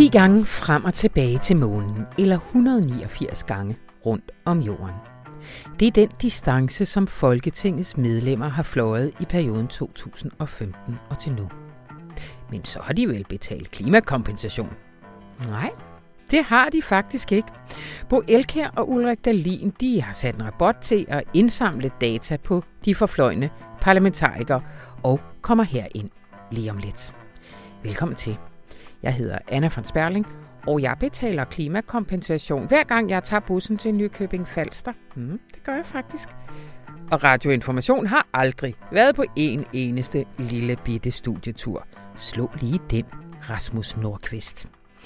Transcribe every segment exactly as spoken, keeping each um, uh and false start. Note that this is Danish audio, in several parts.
ti gange frem og tilbage til månen, eller et hundrede og niogfirs gange rundt om jorden. Det er den distance, som Folketingets medlemmer har fløjet i perioden to tusind og femten og til nu. Men så har de vel betalt klimakompensation? Nej, det har de faktisk ikke. Bo Elkjær og Ulrik Dahlin, de har sat en robot til at indsamle data på de forfløjne parlamentarikere og kommer herind lige om lidt. Velkommen til. Jeg hedder Anna von Sperling, og jeg betaler klimakompensation hver gang jeg tager bussen til Nykøbing Falster. Hmm, det gør jeg faktisk. Og Radioinformation har aldrig været på en eneste lille bitte studietur. Slå lige den, Rasmus Nordqvist.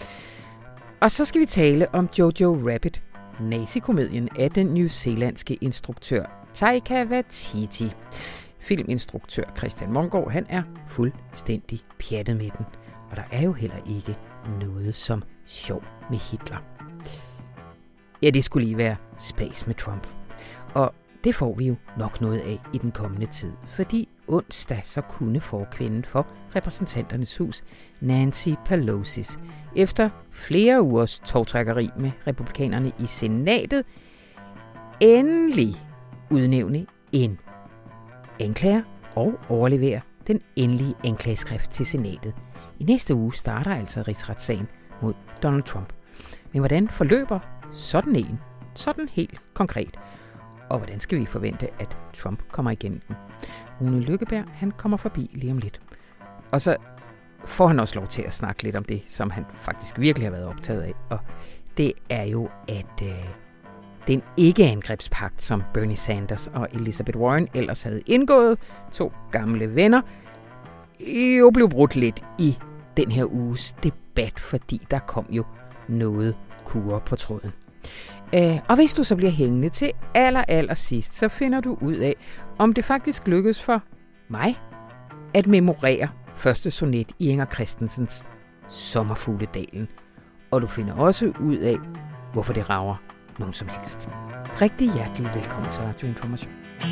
Og så skal vi tale om Jojo Rabbit, nazikomedien af den newzealandske instruktør Taika Waititi. Filminstruktør Christian Mongård, han er fuldstændig pjattet med den. Og der er jo heller ikke noget som sjov med Hitler. Ja, det skulle lige være space med Trump. Og det får vi jo nok noget af i den kommende tid, fordi onsdag så kunne forkvinden for repræsentanternes hus, Nancy Pelosi, efter flere ugers tovtrækkeri med republikanerne i senatet, endelig udnævne en anklager og overlevere den endelige anklageskrift til senatet. I næste uge starter altså rigsretssagen mod Donald Trump. Men hvordan forløber sådan en, sådan helt konkret? Og hvordan skal vi forvente, at Trump kommer igennem den? Rune Lykkeberg, han kommer forbi lige om lidt. Og så får han også lov til at snakke lidt om det, som han faktisk virkelig har været optaget af. Og det er jo, at øh, den ikke-angrebspagt, som Bernie Sanders og Elizabeth Warren ellers havde indgået, to gamle venner, jo blev brudt lidt i den her uges debat, fordi der kom jo noget kurre på tråden. Øh, og hvis du så bliver hængende til aller, aller sidst, så finder du ud af, om det faktisk lykkes for mig at memorere første sonet i Inger Christensens Sommerfugledalen. Og du finder også ud af, hvorfor det rager nogen som helst. Rigtig hjertelig velkommen til Radioinformation.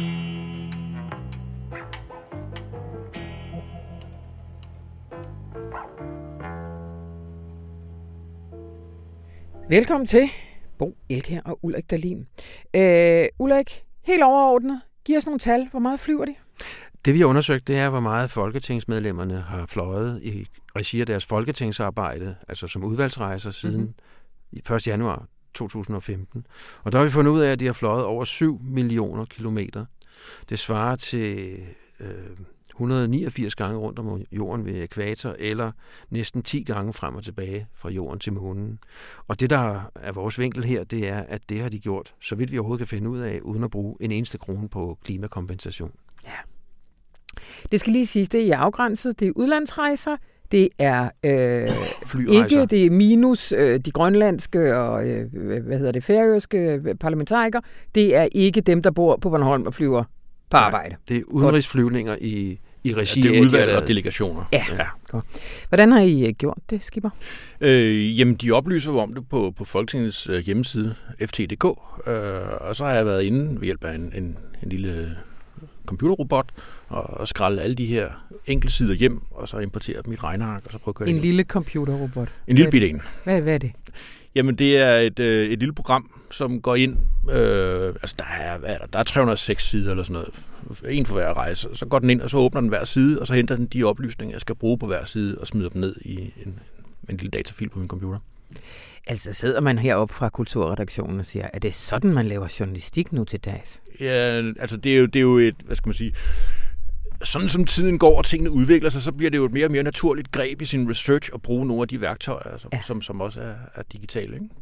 Velkommen til Bo Elkjær og Ulrik Dahlin. Øh, Ulrik, helt overordnet, giv os nogle tal. Hvor meget flyver de? Det vi har undersøgt, det er, hvor meget folketingsmedlemmerne har fløjet i regi af deres folketingsarbejde, altså som udvalgsrejser siden mm-hmm. første januar to tusind og femten. Og der har vi fundet ud af, at de har fløjet over syv millioner kilometer. Det svarer til øh, et hundrede og niogfirs gange rundt om jorden ved ækvator, eller næsten ti gange frem og tilbage fra jorden til månen. Og det, der er vores vinkel her, det er, at det har de gjort, så vidt vi overhovedet kan finde ud af, uden at bruge en eneste krone på klimakompensation. Ja. Det skal lige siges, det er afgrænset, det er udlandsrejser, det er øh, ikke, det er minus øh, de grønlandske og øh, hvad hedder det, færøske parlamentarikere, det er ikke dem, der bor på Bornholm og flyver på arbejde. Nej, det er udenrigsflyvninger i, i regi ja, det er udvalg og delegationer. Ja, ja. Godt. Hvordan har I gjort det, Skipper? Øh, jamen, de oplyser om det på, på Folketingets øh, hjemmeside, F T punktum d k, øh, og så har jeg været inde ved hjælp af en, en, en lille computerrobot og, og skralde alle de her enkeltsider hjem, og så importere dem i et regneark, og så prøve at køre En det lille computerrobot? En lille bitte en. Hvad, hvad er det? Jamen, det er et, øh, et lille program, som går ind, øh, altså der er, hvad er der, der er tre hundrede og seks sider eller sådan noget, en for hver rejse, så går den ind, og så åbner den hver side, og så henter den de oplysninger, jeg skal bruge på hver side, og smider dem ned i en, en lille datafil på min computer. Altså sidder man heroppe fra Kulturredaktionen og siger, er det sådan, man laver journalistik nu til dags? Ja, altså det er jo, det er jo et, hvad skal man sige, sådan som tiden går og tingene udvikler sig, så bliver det jo et mere og mere naturligt greb i sin research at bruge nogle af de værktøjer, som, ja. som, som også er, er digitale, ikke?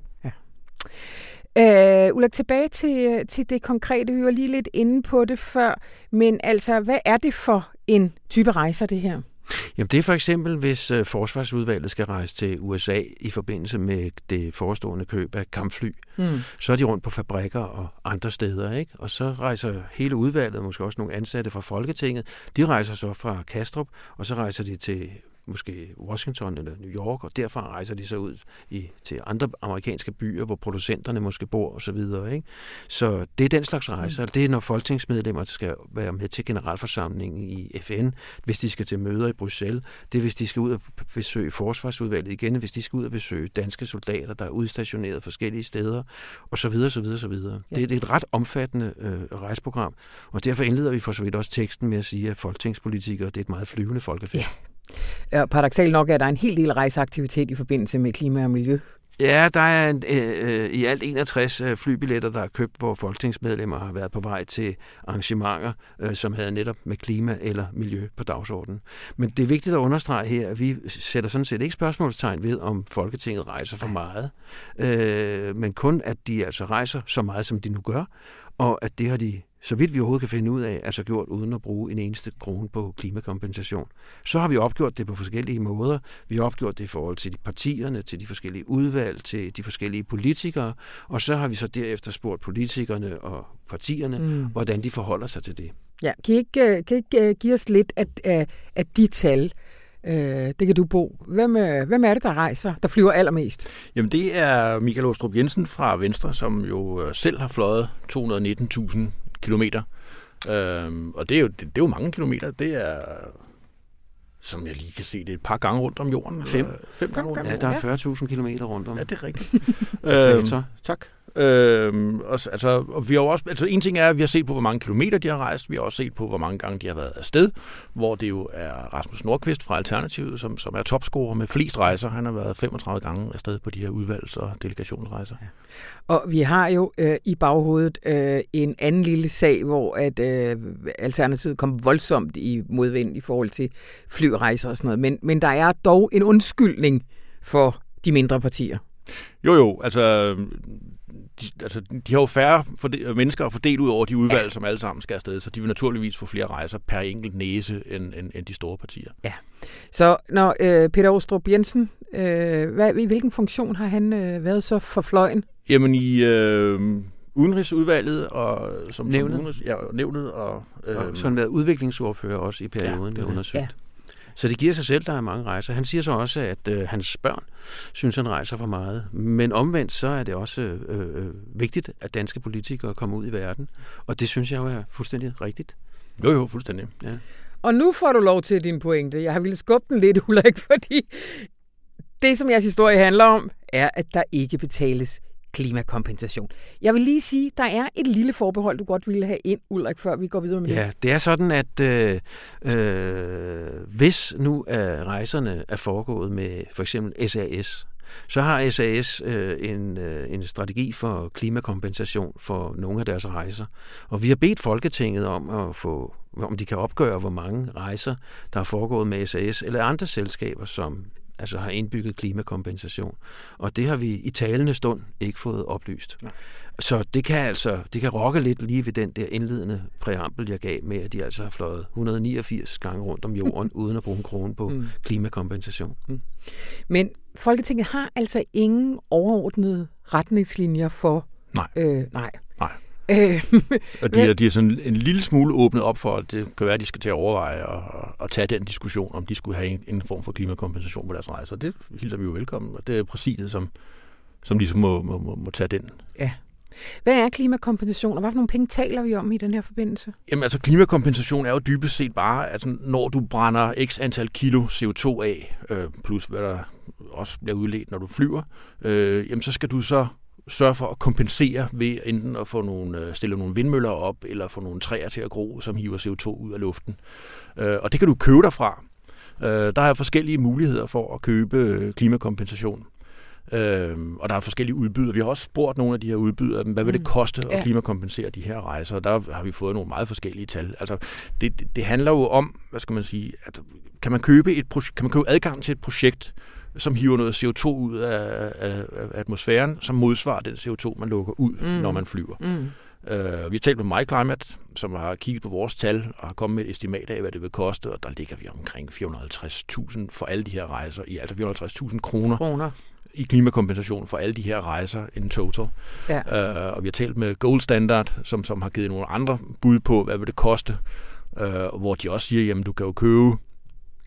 Ja. Øh, Ulrik, tilbage til, til det konkrete. Vi var lige lidt inde på det før, men altså, hvad er det for en type rejser, det her? Jamen det er for eksempel, hvis uh, forsvarsudvalget skal rejse til U S A i forbindelse med det forestående køb af kampfly. Mm. Så er de rundt på fabrikker og andre steder, ikke? Og så rejser hele udvalget, måske også nogle ansatte fra Folketinget, de rejser så fra Kastrup, og så rejser de til måske Washington eller New York, og derfra rejser de så ud i, til andre amerikanske byer, hvor producenterne måske bor osv. Ikke? Så det er den slags rejser. Mm. Det er, når folketingsmedlemmer skal være med til generalforsamlingen i F N, hvis de skal til møder i Bruxelles. Det er, hvis de skal ud og besøge forsvarsudvalget igen, hvis de skal ud og besøge danske soldater, der er udstationeret forskellige steder, osv. osv. osv. Ja. Det er et ret omfattende øh, rejseprogram, og derfor indleder vi for så vidt også teksten med at sige, at folketingspolitikere, det er et meget flyvende folkefærd. Ja. Paradoksalt nok er der en hel del rejseaktivitet i forbindelse med klima og miljø. Ja, der er en, øh, i alt enogtres øh, flybilletter, der er købt, hvor folketingsmedlemmer har været på vej til arrangementer, øh, som havde netop med klima eller miljø på dagsordenen. Men det er vigtigt at understrege her, at vi sætter sådan set ikke spørgsmålstegn ved, om Folketinget rejser for meget, øh, men kun, at de altså rejser så meget, som de nu gør, og at det har de, så vidt vi overhovedet kan finde ud af, altså gjort uden at bruge en eneste krone på klimakompensation. Så har vi opgjort det på forskellige måder. Vi har opgjort det i forhold til de partierne, til de forskellige udvalg, til de forskellige politikere, og så har vi så derefter spurgt politikerne og partierne, mm. hvordan de forholder sig til det. Ja, kan I ikke, kan I ikke give os lidt af, af, af de tal? Øh, det kan du, Bo. Hvem, hvem er det, der rejser, der flyver allermest? Jamen, det er Michael Aastrup Jensen fra Venstre, som jo selv har fløjet to hundrede og nitten tusind kilometer. Øhm, og det er, jo, det, det er jo mange kilometer. Det er, som jeg lige kan se, det er et par gange rundt om jorden. Fem. Fem gange rundt om jorden. Ja, der er fyrre tusind kilometer rundt om. Ja, det er rigtigt. øhm, tak. Øhm, og, altså, og vi har også, altså en ting er, at vi har set på, hvor mange kilometer de har rejst. Vi har også set på, hvor mange gange de har været afsted, hvor det jo er Rasmus Nordqvist fra Alternativet, som, som er topscorer med flest rejser. Han har været femogtredive gange afsted på de her udvalgs- og delegationsrejser. Ja. Og vi har jo øh, i baghovedet øh, en anden lille sag, hvor at øh, Alternativet kom voldsomt i modvind i forhold til flyrejser og sådan noget. Men, men der er dog en undskyldning for de mindre partier. Jo, jo, altså... De, altså, de har jo færre fordel, mennesker at fordele ud over de udvalg, ja. som alle sammen skal afsted, så de vil naturligvis få flere rejser per enkelt næse end, end, end de store partier. Ja. Så når øh, Peter Aastrup Jensen, øh, hvad, i hvilken funktion har han øh, været så for fløjen? Jamen i øh, udenrigsudvalget og som, nævnet. som udenrigs, ja, nævnet og, øh, og sådan været udviklingsordfører også i perioden, ja, det undersøgt. Ja. Så det giver sig selv, der er mange rejser. Han siger så også, at øh, hans børn synes, han rejser for meget. Men omvendt så er det også øh, vigtigt, at danske politikere kommer ud i verden. Og det synes jeg jo er fuldstændig rigtigt. Jo, jo, fuldstændig. Ja. Og nu får du lov til din pointe. Jeg har ville skubbe den lidt, Ulrik, fordi det, som jeres historie handler om, er, at der ikke betales klimakompensation. Jeg vil lige sige, der er et lille forbehold, du godt ville have ind, Ulrik, før vi går videre med det. Ja, det er sådan, at øh, øh, hvis nu er rejserne er foregået med for eksempel S A S, så har S A S øh, en, øh, en strategi for klimakompensation for nogle af deres rejser. Og vi har bedt Folketinget om at få, om de kan opgøre, hvor mange rejser, der er foregået med S A S eller andre selskaber, som altså har indbygget klimakompensation. Og det har vi i talende stund ikke fået oplyst. Ja. Så det kan altså det kan rokke lidt lige ved den der indledende præambel, jeg gav med, at de altså har fløjet et hundrede og niogfirs gange rundt om jorden, uden at bruge en krone på mm. klimakompensation. Mm. Men Folketinget har altså ingen overordnede retningslinjer for... Nej. Øh, nej. Nej. Og de er, de er sådan en lille smule åbnet op for, at det kan være, at de skal til at overveje og, og tage den diskussion, om de skulle have en, en form for klimakompensation på deres rejser. Det hilser vi jo velkommen, og det er præsidiet, som, som ligesom må, må, må, må tage den. Ja. Hvad er klimakompensation, og hvad for nogle penge taler vi om i den her forbindelse? Jamen altså, klimakompensation er jo dybest set bare, at når du brænder x antal kilo C O to af, øh, plus hvad der også bliver udledt, når du flyver, øh, jamen så skal du så sørge for at kompensere ved enten at få nogle, stille nogle vindmøller op, eller få nogle træer til at gro, som hiver C O to ud af luften. Og det kan du købe derfra. Der er forskellige muligheder for at købe klimakompensation. Og der er forskellige udbydere. Vi har også spurgt nogle af de her udbydere, hvad vil det koste at klimakompensere de her rejser? Og der har vi fået nogle meget forskellige tal. Altså, det, det handler jo om, hvad skal man sige, at kan man købe et kan man købe adgang til et projekt, som hiver noget C O to ud af, af, af atmosfæren, som modsvarer den C O to, man lukker ud, mm. når man flyver. Mm. Uh, vi har talt med MyClimate, som har kigget på vores tal og har kommet med et estimat af, hvad det vil koste, og der ligger vi omkring fire hundrede og halvtreds tusind for alle de her rejser, i altså fire hundrede og halvtreds tusind kroner, kroner i klimakompensation for alle de her rejser in total. Ja. Uh, og vi har talt med Gold Standard, som, som har givet nogle andre bud på, hvad vil det koste, uh, hvor de også siger, jamen du kan jo købe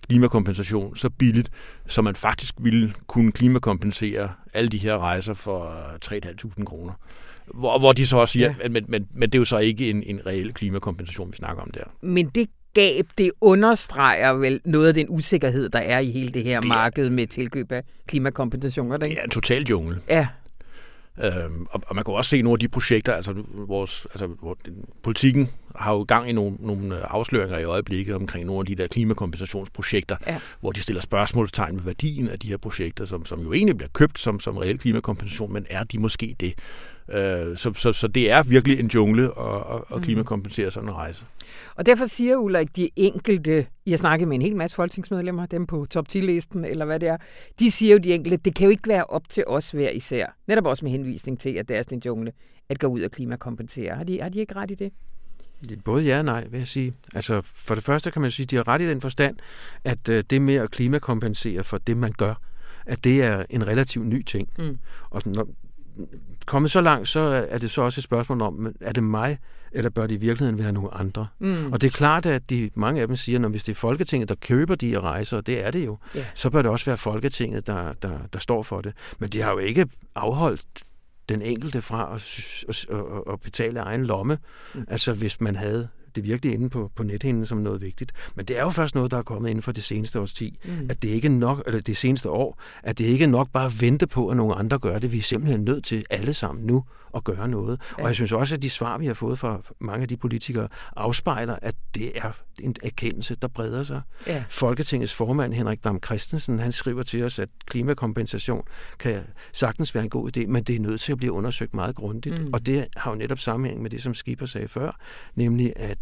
klimakompensation så billigt, så man faktisk ville kunne klimakompensere alle de her rejser for tre tusind fem hundrede kroner. Hvor, hvor de så også siger, ja. men, men, men det er jo så ikke en, en reel klimakompensation, vi snakker om der. Men det gab, det understreger vel noget af den usikkerhed, der er i hele det her det er, marked med tilkøb af klimakompensationer. Det er en total jungle. Ja. Øhm, og, og man kan også se nogle af de projekter, altså, vores, altså hvor, politikken har jo gang i nogle, nogle afsløringer i øjeblikket omkring nogle af de der klimakompensationsprojekter, ja. hvor de stiller spørgsmålstegn ved værdien af de her projekter, som, som jo egentlig bliver købt som, som reel klimakompensation, men er de måske det? Øh, så, så, så det er virkelig en jungle at, at klimakompensere sådan en rejse. Og derfor siger Ulrik, de enkelte, I har snakket med en hel masse folketingsmedlemmer, dem på top ti-listen, eller hvad det er, de siger jo de enkelte, det kan jo ikke være op til os hver især, netop også med henvisning til, at det er sådan en jungle, at gå ud og klimakompensere. Har de, har de ikke ret i det? Både ja og nej, vil jeg sige. Altså, for det første kan man sige, at de har ret i den forstand, at øh, det med at klimakompensere for det, man gør, at det er en relativt ny ting. Mm. Og når kommet så langt, så er det så også et spørgsmål om, er det mig, eller bør det i virkeligheden være nogle andre? Mm. Og det er klart, at de, mange af dem siger, at hvis det er Folketinget, der køber de her rejser, og det er det jo, yeah. så bør det også være Folketinget, der, der, der står for det. Men de har jo ikke afholdt den enkelte fra at, at, at, at betale egen lomme, mm. altså hvis man havde det virkelig inde på, på nethinden som noget vigtigt. Men det er jo først noget, der er kommet inden for det seneste års tid. Mm. At det ikke nok, eller det seneste år, at det ikke nok bare at vente på, at nogle andre gør det. Vi er simpelthen nødt til alle sammen nu at gøre noget. Ja. Og jeg synes også, at de svar, vi har fået fra mange af de politikere, afspejler, at det er en erkendelse, der breder sig. Ja. Folketingets formand, Henrik Dam Kristensen, han skriver til os, at klimakompensation kan sagtens være en god idé, men det er nødt til at blive undersøgt meget grundigt. Mm. Og det har jo netop sammenhæng med det, som Skipper sagde før, nemlig at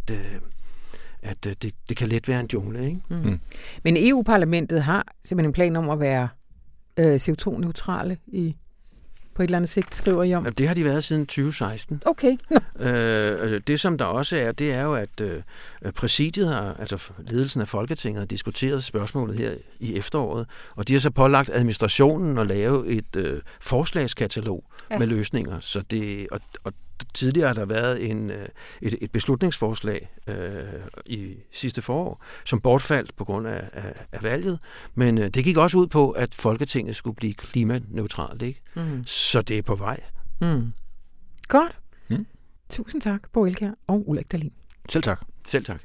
at det, det kan let være en jungle, ikke? Mm. Mm. Men E U-parlamentet har simpelthen en plan om at være øh, C O to neutrale i, på et eller andet sigt, skriver I om? Det har de været siden tyve seksten. Okay. øh, det, som der også er, det er jo, at øh, præsidiet har, altså ledelsen af Folketinget, har diskuteret spørgsmålet her i efteråret, og de har så pålagt administrationen at lave et øh, forslagskatalog ja. med løsninger. Så det, og, og tidligere har der været en, et, et beslutningsforslag øh, i sidste forår, som bortfaldt på grund af, af, af valget, men øh, det gik også ud på, at Folketinget skulle blive klimaneutralt, ikke? Mm. Så det er på vej. Mm. Godt. Mm. Tusind tak, Bo Elkjær og Ulrik Dahlin. Selv tak. Selv tak.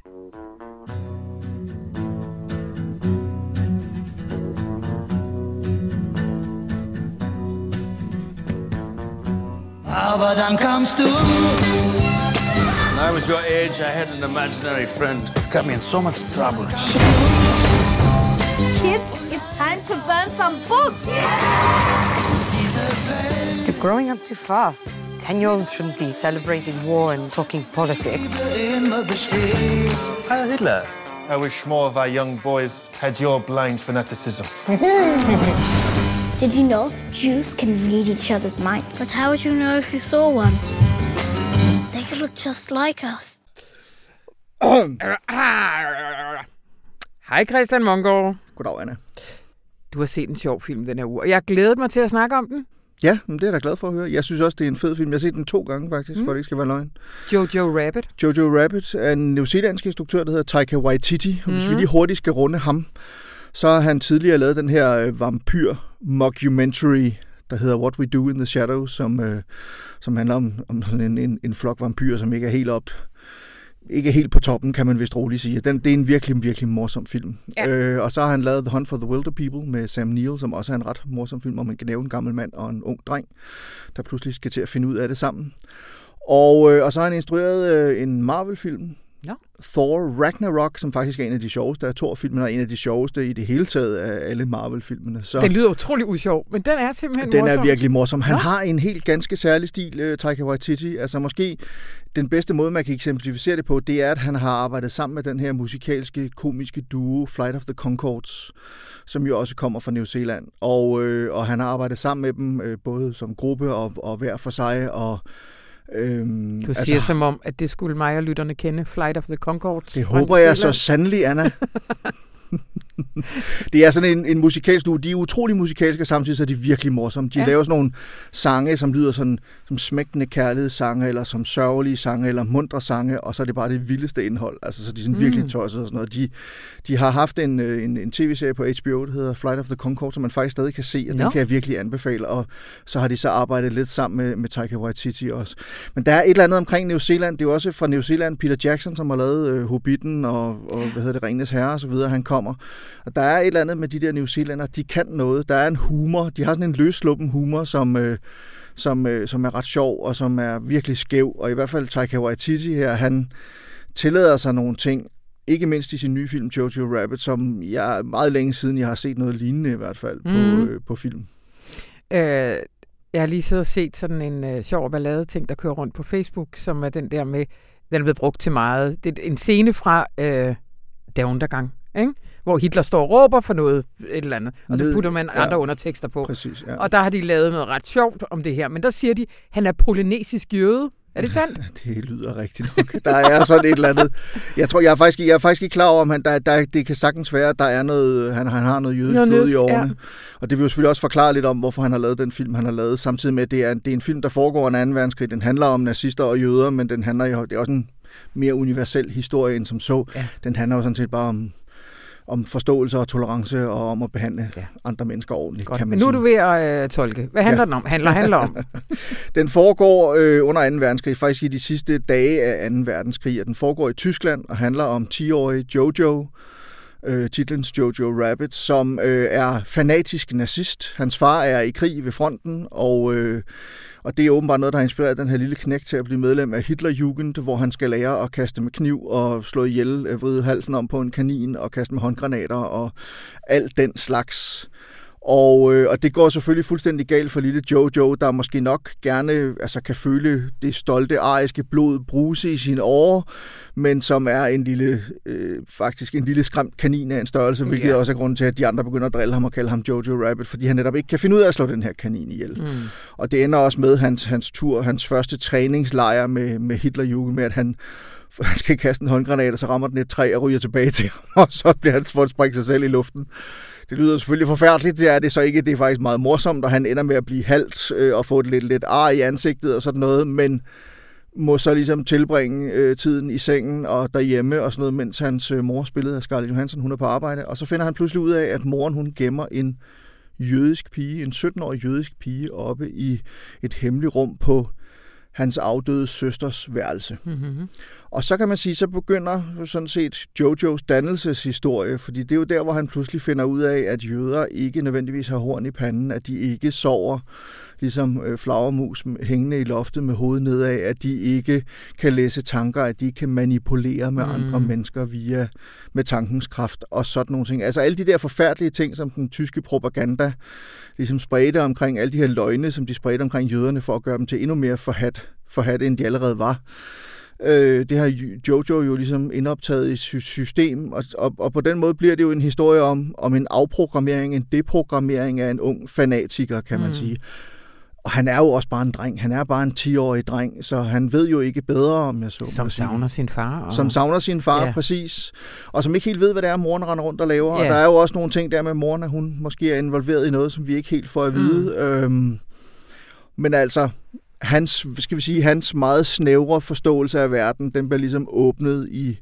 Aber dann kamst du. When I was your age, I had an imaginary friend. Got me in so much trouble. Kids, it's time to burn some books. You're growing up too fast. Ten-year-olds shouldn't be celebrating war and talking politics. Heil Hitler. I wish more of our young boys had your blind fanaticism. Did you know Jews can read each other's minds? But how would you know if you saw one? They could look just like us. Hej Christian Mongård. Goddag, Anna. Du har set en sjov film den her uge, og jeg glæder mig til at snakke om den. Ja, men det er jeg da glad for at høre. Jeg synes også, det er en fed film. Jeg har set den to gange faktisk, mm. for det ikke skal være løgn. Jojo Rabbit. Jojo Rabbit er en newzealandsk instruktør, der hedder Taika Waititi. Og mm. hvis vi lige hurtigt skal runde ham, så har han tidligere lavet den her øh, vampyr-mockumentary, der hedder What We Do in the Shadows, som, øh, som handler om, om en, en, en flok vampyrer, som ikke er helt op, ikke er helt på toppen, kan man vist roligt sige. Den, det er en virkelig, virkelig morsom film. Ja. Øh, og så har han lavet The Hunt for the Wilder People med Sam Neill, som også er en ret morsom film, om en en gammel mand og en ung dreng, der pludselig skal til at finde ud af det sammen. Og, øh, og så har han instrueret øh, en Marvel-film, ja. Thor Ragnarok, som faktisk er en af de sjoveste af Thor-filmene, og en af de sjoveste i det hele taget af alle Marvel-filmene. Så den lyder utrolig usjov, men den er simpelthen den morsom. Den er virkelig morsom. Han ja. har en helt ganske særlig stil, uh, Taika Waititi. Altså måske den bedste måde, man kan eksemplificere det på, det er, at han har arbejdet sammen med den her musikalske, komiske duo, Flight of the Conchords, som jo også kommer fra New Zealand. Og, øh, og han har arbejdet sammen med dem, øh, både som gruppe og, og hver for sig, og Øhm, du siger altså, som om, at det skulle mig og lytterne kende, Flight of the Conchords. Det håber jeg så sandelig, Anna. Det er sådan en, en musikalsk stue. De er utrolig musikalske, samtidig så er de virkelig morsomme. De ja. laver sådan nogle sange, som lyder sådan, som smægtende kærlighedssange, eller som sørgelige sange, eller mundre sange, og så er det bare det vildeste indhold. Altså, så de er sådan mm. virkelig tosset og sådan noget. De, de har haft en, en, en tv-serie på H B O, der hedder Flight of the Conchords, som man faktisk stadig kan se, og no. den kan jeg virkelig anbefale. Og så har de så arbejdet lidt sammen med, med Taika Waititi også. Men der er et eller andet omkring New Zealand. Det er jo også fra New Zealand, Peter Jackson, som har lavet øh, Hobbiten og, og hvad hedder det, Ringenes Herre og så videre. Han kommer. Og der er et eller andet med de der New Zealander. De kan noget. Der er en humor. De har sådan en løssluppen humor, som, øh, som, øh, som er ret sjov og som er virkelig skæv. Og i hvert fald Taika Waititi her, han tillader sig nogle ting, ikke mindst i sin nye film Jojo Rabbit, som jeg meget længe siden, jeg har set noget lignende i hvert fald på, mm. øh, på film. Øh, jeg har lige siddet og set sådan en øh, sjov ballade ting, der kører rundt på Facebook, som er den der med, den er blevet brugt til meget. Det er en scene fra øh, Der Undergang, ikke? Hvor Hitler står og råber for noget, et eller andet, og så putter man ja. andre undertekster på. Præcis, ja. Og der har de lavet noget ret sjovt om det her, men der siger de, han er polynesisk jøde. Er det sandt? Det lyder rigtigt nok. Der er sådan et eller andet. Jeg tror, jeg er faktisk, jeg er faktisk ikke klar over, om han, der, der, det kan sagtens være, at der er noget, han, han har noget jødisk blod i årene. Ja. Og det vil jo selvfølgelig også forklare lidt om, hvorfor han har lavet den film, han har lavet. Samtidig med, at det er, det er en film, der foregår en anden verdenskrig. Den handler om nazister og jøder, men den handler jo, det er også en mere universel historie end som så. Ja. Den handler jo sådan set bare om om forståelse og tolerance og om at behandle ja. andre mennesker ordentligt, Godt. kan man Men nu sige. er du ved at øh, tolke. Hvad handler ja. den om? Handler handler om? Den foregår øh, under anden verdenskrig, faktisk i de sidste dage af anden verdenskrig, og den foregår i Tyskland og handler om ti-årige Jojo, øh, titlens Jojo Rabbit, som øh, er fanatisk nazist. Hans far er i krig ved fronten, og øh, Og det er åbenbart noget, der har inspireret den her lille knægt til at blive medlem af Hitlerjugend, hvor han skal lære at kaste med kniv og slå ihjel, vride halsen om på en kanin og kaste med håndgranater og alt den slags. Og, øh, og det går selvfølgelig fuldstændig galt for lille Jojo, der måske nok gerne altså, kan føle det stolte ariske blod bruse i sine årer, men som er en lille, øh, faktisk en lille skræmt kanin af en størrelse, hvilket yeah. også er grunden til, at de andre begynder at drille ham og kalde ham Jojo Rabbit, fordi han netop ikke kan finde ud af at slå den her kanin ihjel. Mm. Og det ender også med hans, hans tur, hans første træningslejr med, med Hitlerjugend, med at han han skal kaste en håndgranat, og så rammer den et træ og ryger tilbage til ham, og så bliver han fået springe sig selv i luften. Det lyder selvfølgelig forfærdeligt, det er det så ikke. Det er faktisk meget morsomt, og han ender med at blive halt øh, og få et lidt, lidt ar i ansigtet og sådan noget, men må så ligesom tilbringe øh, tiden i sengen og derhjemme og sådan noget, mens hans øh, mor, spillet af Scarlett Johansson, hun er på arbejde. Og så finder han pludselig ud af, at moren hun gemmer en jødisk pige, en sytten-årig jødisk pige, oppe i et hemmeligt rum på hans afdøde søsters værelse. Mm-hmm. Og så kan man sige, så begynder sådan set Jojos dannelseshistorie, fordi det er jo der, hvor han pludselig finder ud af, at jøder ikke nødvendigvis har horn i panden, at de ikke sover ligesom øh, flagermus hængende i loftet med hovedet nedad, at de ikke kan læse tanker, at de ikke kan manipulere med mm. andre mennesker via med tankens kraft og sådan nogle ting. Altså alle de der forfærdelige ting, som den tyske propaganda ligesom spredte omkring, alle de her løgne, som de spredte omkring jøderne for at gøre dem til endnu mere forhat, forhatte, end de allerede var. Øh, det har Jojo jo ligesom indoptaget i sit system, og, og, og på den måde bliver det jo en historie om, om en afprogrammering, en deprogrammering af en ung fanatiker, kan man mm. sige. Og han er jo også bare en dreng. Han er bare en ti-årig dreng, så han ved jo ikke bedre, om jeg så Som savner sin far. Og... Som savner sin far, ja. Præcis. Og som ikke helt ved, hvad det er, moren render rundt og laver. Ja. Og der er jo også nogle ting der med moren, at hun måske er involveret i noget, som vi ikke helt får at vide. Mm. Øhm, men altså, hans, skal vi sige, hans meget snævre forståelse af verden, den bliver ligesom åbnet i,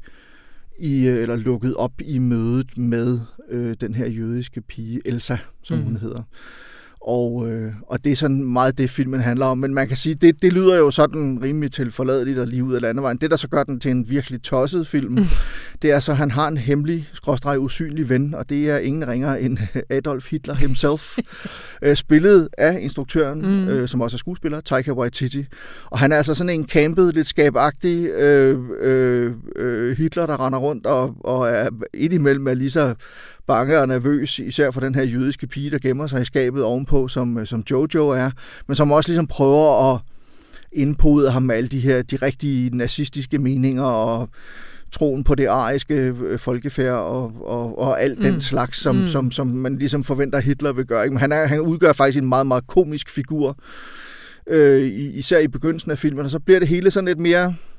i eller lukket op i mødet med øh, den her jødiske pige, Elsa, som mm. hun hedder. Og, øh, og det er sådan meget det, filmen handler om. Men man kan sige, det, det lyder jo sådan rimelig tilforladeligt og lige ud af landevejen. Det, der så gør den til en virkelig tosset film, mm. det er så, at han har en hemmelig, skråstreg usynlig ven, og det er ingen ringere end Adolf Hitler himself, øh, spillet af instruktøren, mm. øh, som også er skuespiller, Taika Waititi. Og han er altså sådan en campet, lidt skabagtig øh, øh, øh, Hitler, der render rundt og, og er indimellem er lige så bange og nervøs, især for den her jødiske pige, der gemmer sig i skabet ovenpå, som, som Jojo er, men som også ligesom prøver at indpode ham med alle de her, de rigtige nazistiske meninger og troen på det ariske folkefærd og, og, og alt mm. den slags, som, mm. som, som man ligesom forventer, Hitler vil gøre. Men han, er, han udgør faktisk en meget, meget komisk figur, øh, især i begyndelsen af filmen, og så bliver det hele sådan lidt mere...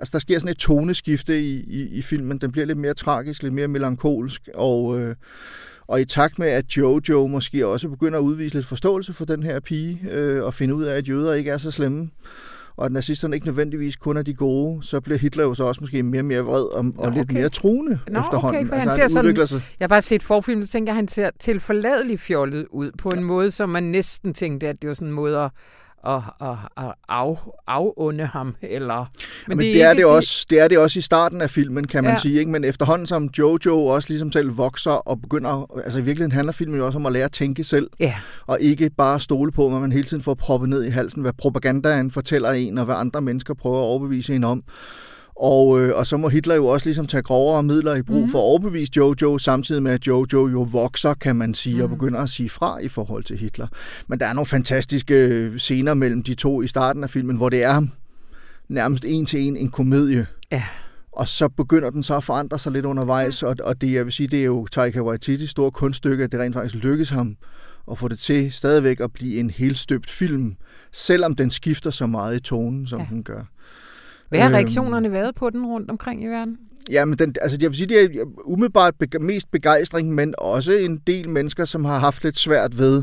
altså, der sker sådan et toneskifte i, i, i filmen. Den bliver lidt mere tragisk, lidt mere melankolsk, og, øh, og i takt med, at Jojo måske også begynder at udvise lidt forståelse for den her pige, øh, og finde ud af, at jøder ikke er så slemme, og at nazisterne ikke nødvendigvis kun er de gode, så bliver Hitler jo så også måske mere og mere vred og, og Nå, lidt mere truende Nå, efterhånden. Okay, for altså, han han ser sådan, sig. Jeg har bare set forfilm, så tænker jeg, han ser tilforladeligt fjollet ud på en ja. måde, som man næsten tænkte, at det var sådan en måde at at, at, at af, afunde ham. Eller, men men det, er det, også, det er det også i starten af filmen, kan man ja. sige. Ikke? Men efterhånden som Jojo også ligesom selv vokser og begynder, altså i virkeligheden handler filmen jo også om at lære at tænke selv, ja. og ikke bare stole på, hvad man hele tiden får proppet ned i halsen, hvad propagandaen fortæller en, og hvad andre mennesker prøver at overbevise en om. Og, øh, og så må Hitler jo også ligesom tage grovere midler i brug mm-hmm. for at overbevise Jojo, samtidig med at Jojo jo vokser, kan man sige, mm-hmm. og begynder at sige fra i forhold til Hitler. Men der er nogle fantastiske scener mellem de to i starten af filmen, hvor det er nærmest en til en en komedie. Ja. Og så begynder den så at forandre sig lidt undervejs, og, og det, jeg vil sige, det er jo Taika Waititis store kunststykke, at det rent faktisk lykkes ham at få det til stadigvæk at blive en helstøbt film, selvom den skifter så meget i tonen, som ja. den gør. Hvad har reaktionerne været på den rundt omkring i verden? Ja, men den, altså jeg vil sige, det er umiddelbart be- mest begejstring, men også en del mennesker, som har haft lidt svært ved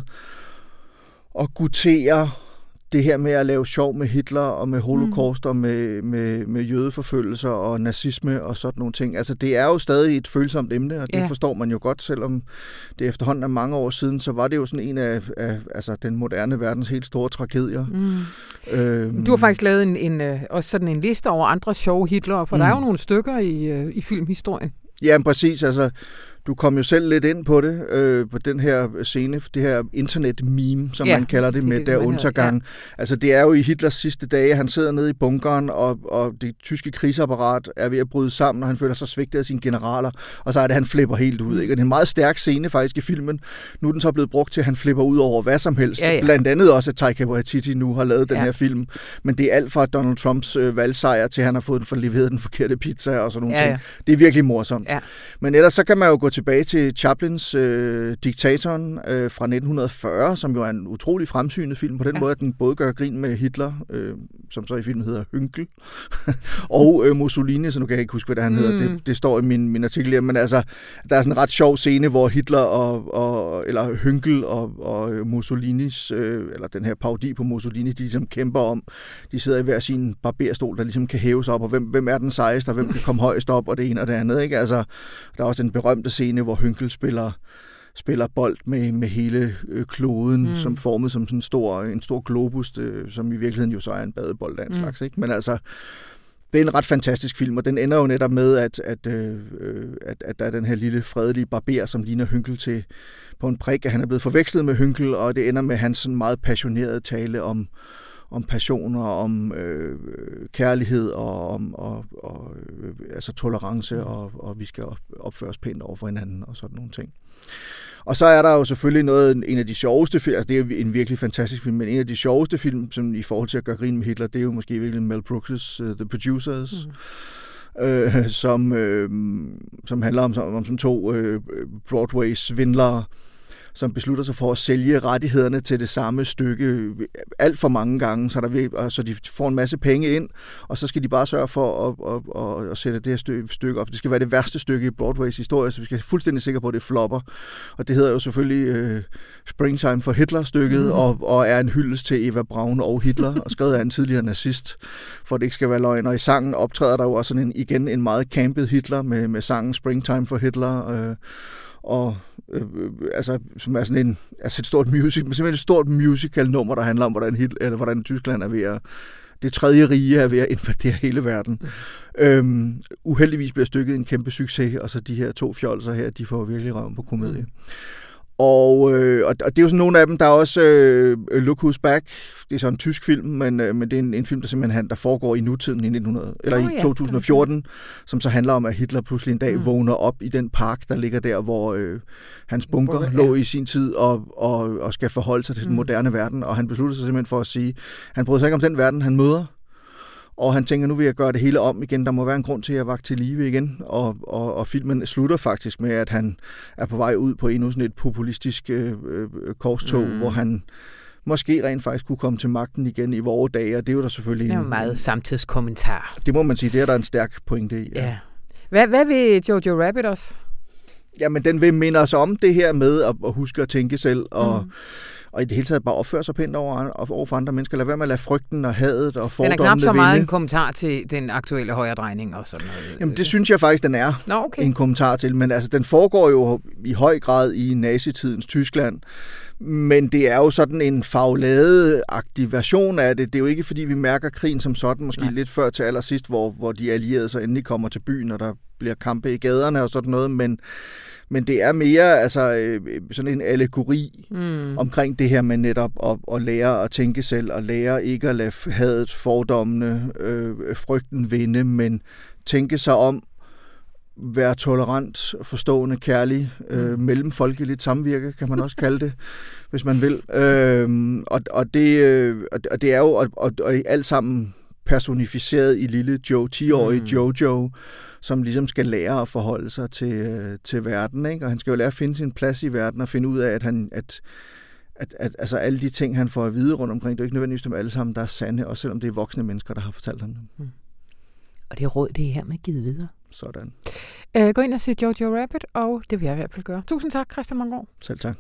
at gutere det her med at lave sjov med Hitler og med holocaust mm. og med, med, med jødeforfølgelser og nazisme og sådan nogle ting. Altså det er jo stadig et følsomt emne, og det ja. forstår man jo godt, selvom det efterhånden er mange år siden, så var det jo sådan en af, af altså, den moderne verdens helt store tragedier. Mm. Øhm, du har faktisk lavet en, en, også sådan en liste over andre sjove Hitler, for mm. der er jo nogle stykker i, i filmhistorien. Ja, præcis. Altså, du kom jo selv lidt ind på det, øh, på den her scene, det her internet-meme, som ja, man kalder det, med det, der undergang. Ja. Altså, det er jo i Hitlers sidste dage, han sidder nede i bunkeren, og, og det tyske krigsapparat er ved at bryde sammen, og han føler sig svigtet af sine generaler, og så er det, han flipper helt ud. Ikke? Og det er en meget stærk scene faktisk i filmen. Nu er den så blevet brugt til, at han flipper ud over hvad som helst. Ja, ja. Blandt andet også, at Taika Waititi nu har lavet den ja. her film. Men det er alt fra Donald Trumps øh, valgsejr til, at han har fået den for leveret den forkerte pizza og sådan nogle ja, ja. ting. Det er virkelig morsomt. Ja. Men ellers så kan man jo gå tilbage til Chaplins øh, Diktatoren øh, fra nitten fyrre, som jo er en utrolig fremsynet film på den ja. måde, at den både gør grin med Hitler, øh, som så i filmen hedder Hünkel, og øh, Mussolini, så nu kan jeg ikke huske, hvad det han hedder. Mm. Det, det står i min, min artikel her, men altså, der er sådan en ret sjov scene, hvor Hitler og, og eller Hünkel og, og Mussolinis, øh, eller den her parodi på Mussolini, de ligesom kæmper om, de sidder i hver sin barberstol, der ligesom kan hæves op, og hvem, hvem er den sejeste, og hvem kan komme højst op, og det ene og det andet, ikke? Altså, der er også den berømte scene, hvor Hünkel spiller spiller bold med, med hele øh, kloden, mm. som formet som sådan en stor, en stor globus, øh, som i virkeligheden jo så er en badebold af en mm. slags, ikke? Men altså, det er en ret fantastisk film, og den ender jo netop med, at, at, øh, at, at der er den her lille fredelige barber, som ligner Hünkel til på en prik, at han er blevet forvekslet med Hünkel, og det ender med hans sådan meget passionerede tale om om passion og om øh, kærlighed og om og, og, øh, altså tolerance, og, og vi skal opføre os pænt over for hinanden og sådan nogle ting. Og så er der jo selvfølgelig noget, en af de sjoveste film, altså det er en virkelig fantastisk film, men en af de sjoveste film, som i forhold til at gøre grin med Hitler, det er jo måske virkelig Mel Brooks' uh, The Producers, mm. øh, som, øh, som handler om, om, om som to øh, Broadway-svindlere, som beslutter sig for at sælge rettighederne til det samme stykke alt for mange gange, så, der vil, så de får en masse penge ind, og så skal de bare sørge for at, at, at, at sætte det her stykke op. Det skal være det værste stykke i Broadways historie, så vi skal være fuldstændig sikre på, at det flopper. Og det hedder jo selvfølgelig uh, Springtime for Hitler-stykket, mm. og, og er en hyldest til Eva Braun og Hitler, og skrevet af en tidligere nazist, for det ikke skal være løgn. Og i sangen optræder der jo også sådan en, igen en meget campet Hitler med, med sangen Springtime for Hitler, uh, og øh, altså, som er sådan en, altså et stort music, simpelthen et stort musical nummer, der handler om, hvordan, Hitler, eller hvordan Tyskland er ved at, det tredje rige er ved at invadere hele verden. Mm. Øhm, uheldigvis bliver stykket en kæmpe succes, og så de her to fjolser her, de får virkelig røven på komedie. Mm. Og, øh, og det er jo sådan nogle af dem, der er også øh, Look Who's Back. Det er så en tysk film, men, øh, men det er en, en film, der simpelthen der foregår i nutiden i nitten hundrede, eller oh, i ja. to tusind og fjorten, som så handler om, at Hitler pludselig en dag mm. vågner op i den park, der ligger der, hvor øh, hans bunker Bunker, lå ja. i sin tid, og, og, og skal forholde sig til mm. den moderne verden. Og han beslutter sig simpelthen for at sige, han bryder sig ikke om den verden, han møder. Og han tænker, nu vil jeg gøre det hele om igen. Der må være en grund til, at jeg vagt til live igen. Og, og, og filmen slutter faktisk med, at han er på vej ud på endnu sådan et populistisk øh, korstog, mm. hvor han måske rent faktisk kunne komme til magten igen i vore dage, og det er jo der selvfølgelig... Det er jo en meget samtidskommentar. Det må man sige, det er der en stærk pointe i. Ja. Ja. Hvad, hvad vil Jojo Rabbit også? Jamen, den vil minde os om det her med at, at huske at tænke selv, og, mm. og i det hele taget bare opføre sig pænt over, over for andre mennesker. Lad være med at lade frygten og hadet og fordommene vinde. Den er knap så meget vinde. En kommentar til den aktuelle højredrejning og sådan noget. Jamen, det synes jeg faktisk, den er Nå, okay. en kommentar til. Men altså, den foregår jo i høj grad i nazitidens Tyskland. Men det er jo sådan en faglade-agtig version af det. Det er jo ikke, fordi vi mærker krigen som sådan, måske Nej. lidt før til allersidst, hvor, hvor de allierede så endelig kommer til byen, og der bliver kampe i gaderne og sådan noget, men, men det er mere altså, sådan en allegori mm. omkring det her med netop at, at lære at tænke selv, og lære ikke at lade hadet, fordommene, øh, frygten vinde, men tænke sig om, være tolerant, forstående, kærlig, øh, mellemfolkeligt samvirke, kan man også kalde det, hvis man vil. Øh, og, og, det, øh, og det er jo og, og, og alt sammen personificeret i lille Joe, ti-årige mm. Jojo, som ligesom skal lære at forholde sig til, øh, til verden, ikke? Og han skal jo lære at finde sin plads i verden og finde ud af, at han... At, At, at altså alle de ting, han får at vide rundt omkring, det er ikke nødvendigvis dem alle sammen, der er sande, også selvom det er voksne mennesker, der har fortalt ham dem. Mm. Og det er råd, det er her med givet videre. Sådan. Uh, gå ind og se Jojo Rabbit, og det vil jeg i hvert fald gøre. Tusind tak, Christian Manggaard. Selv tak.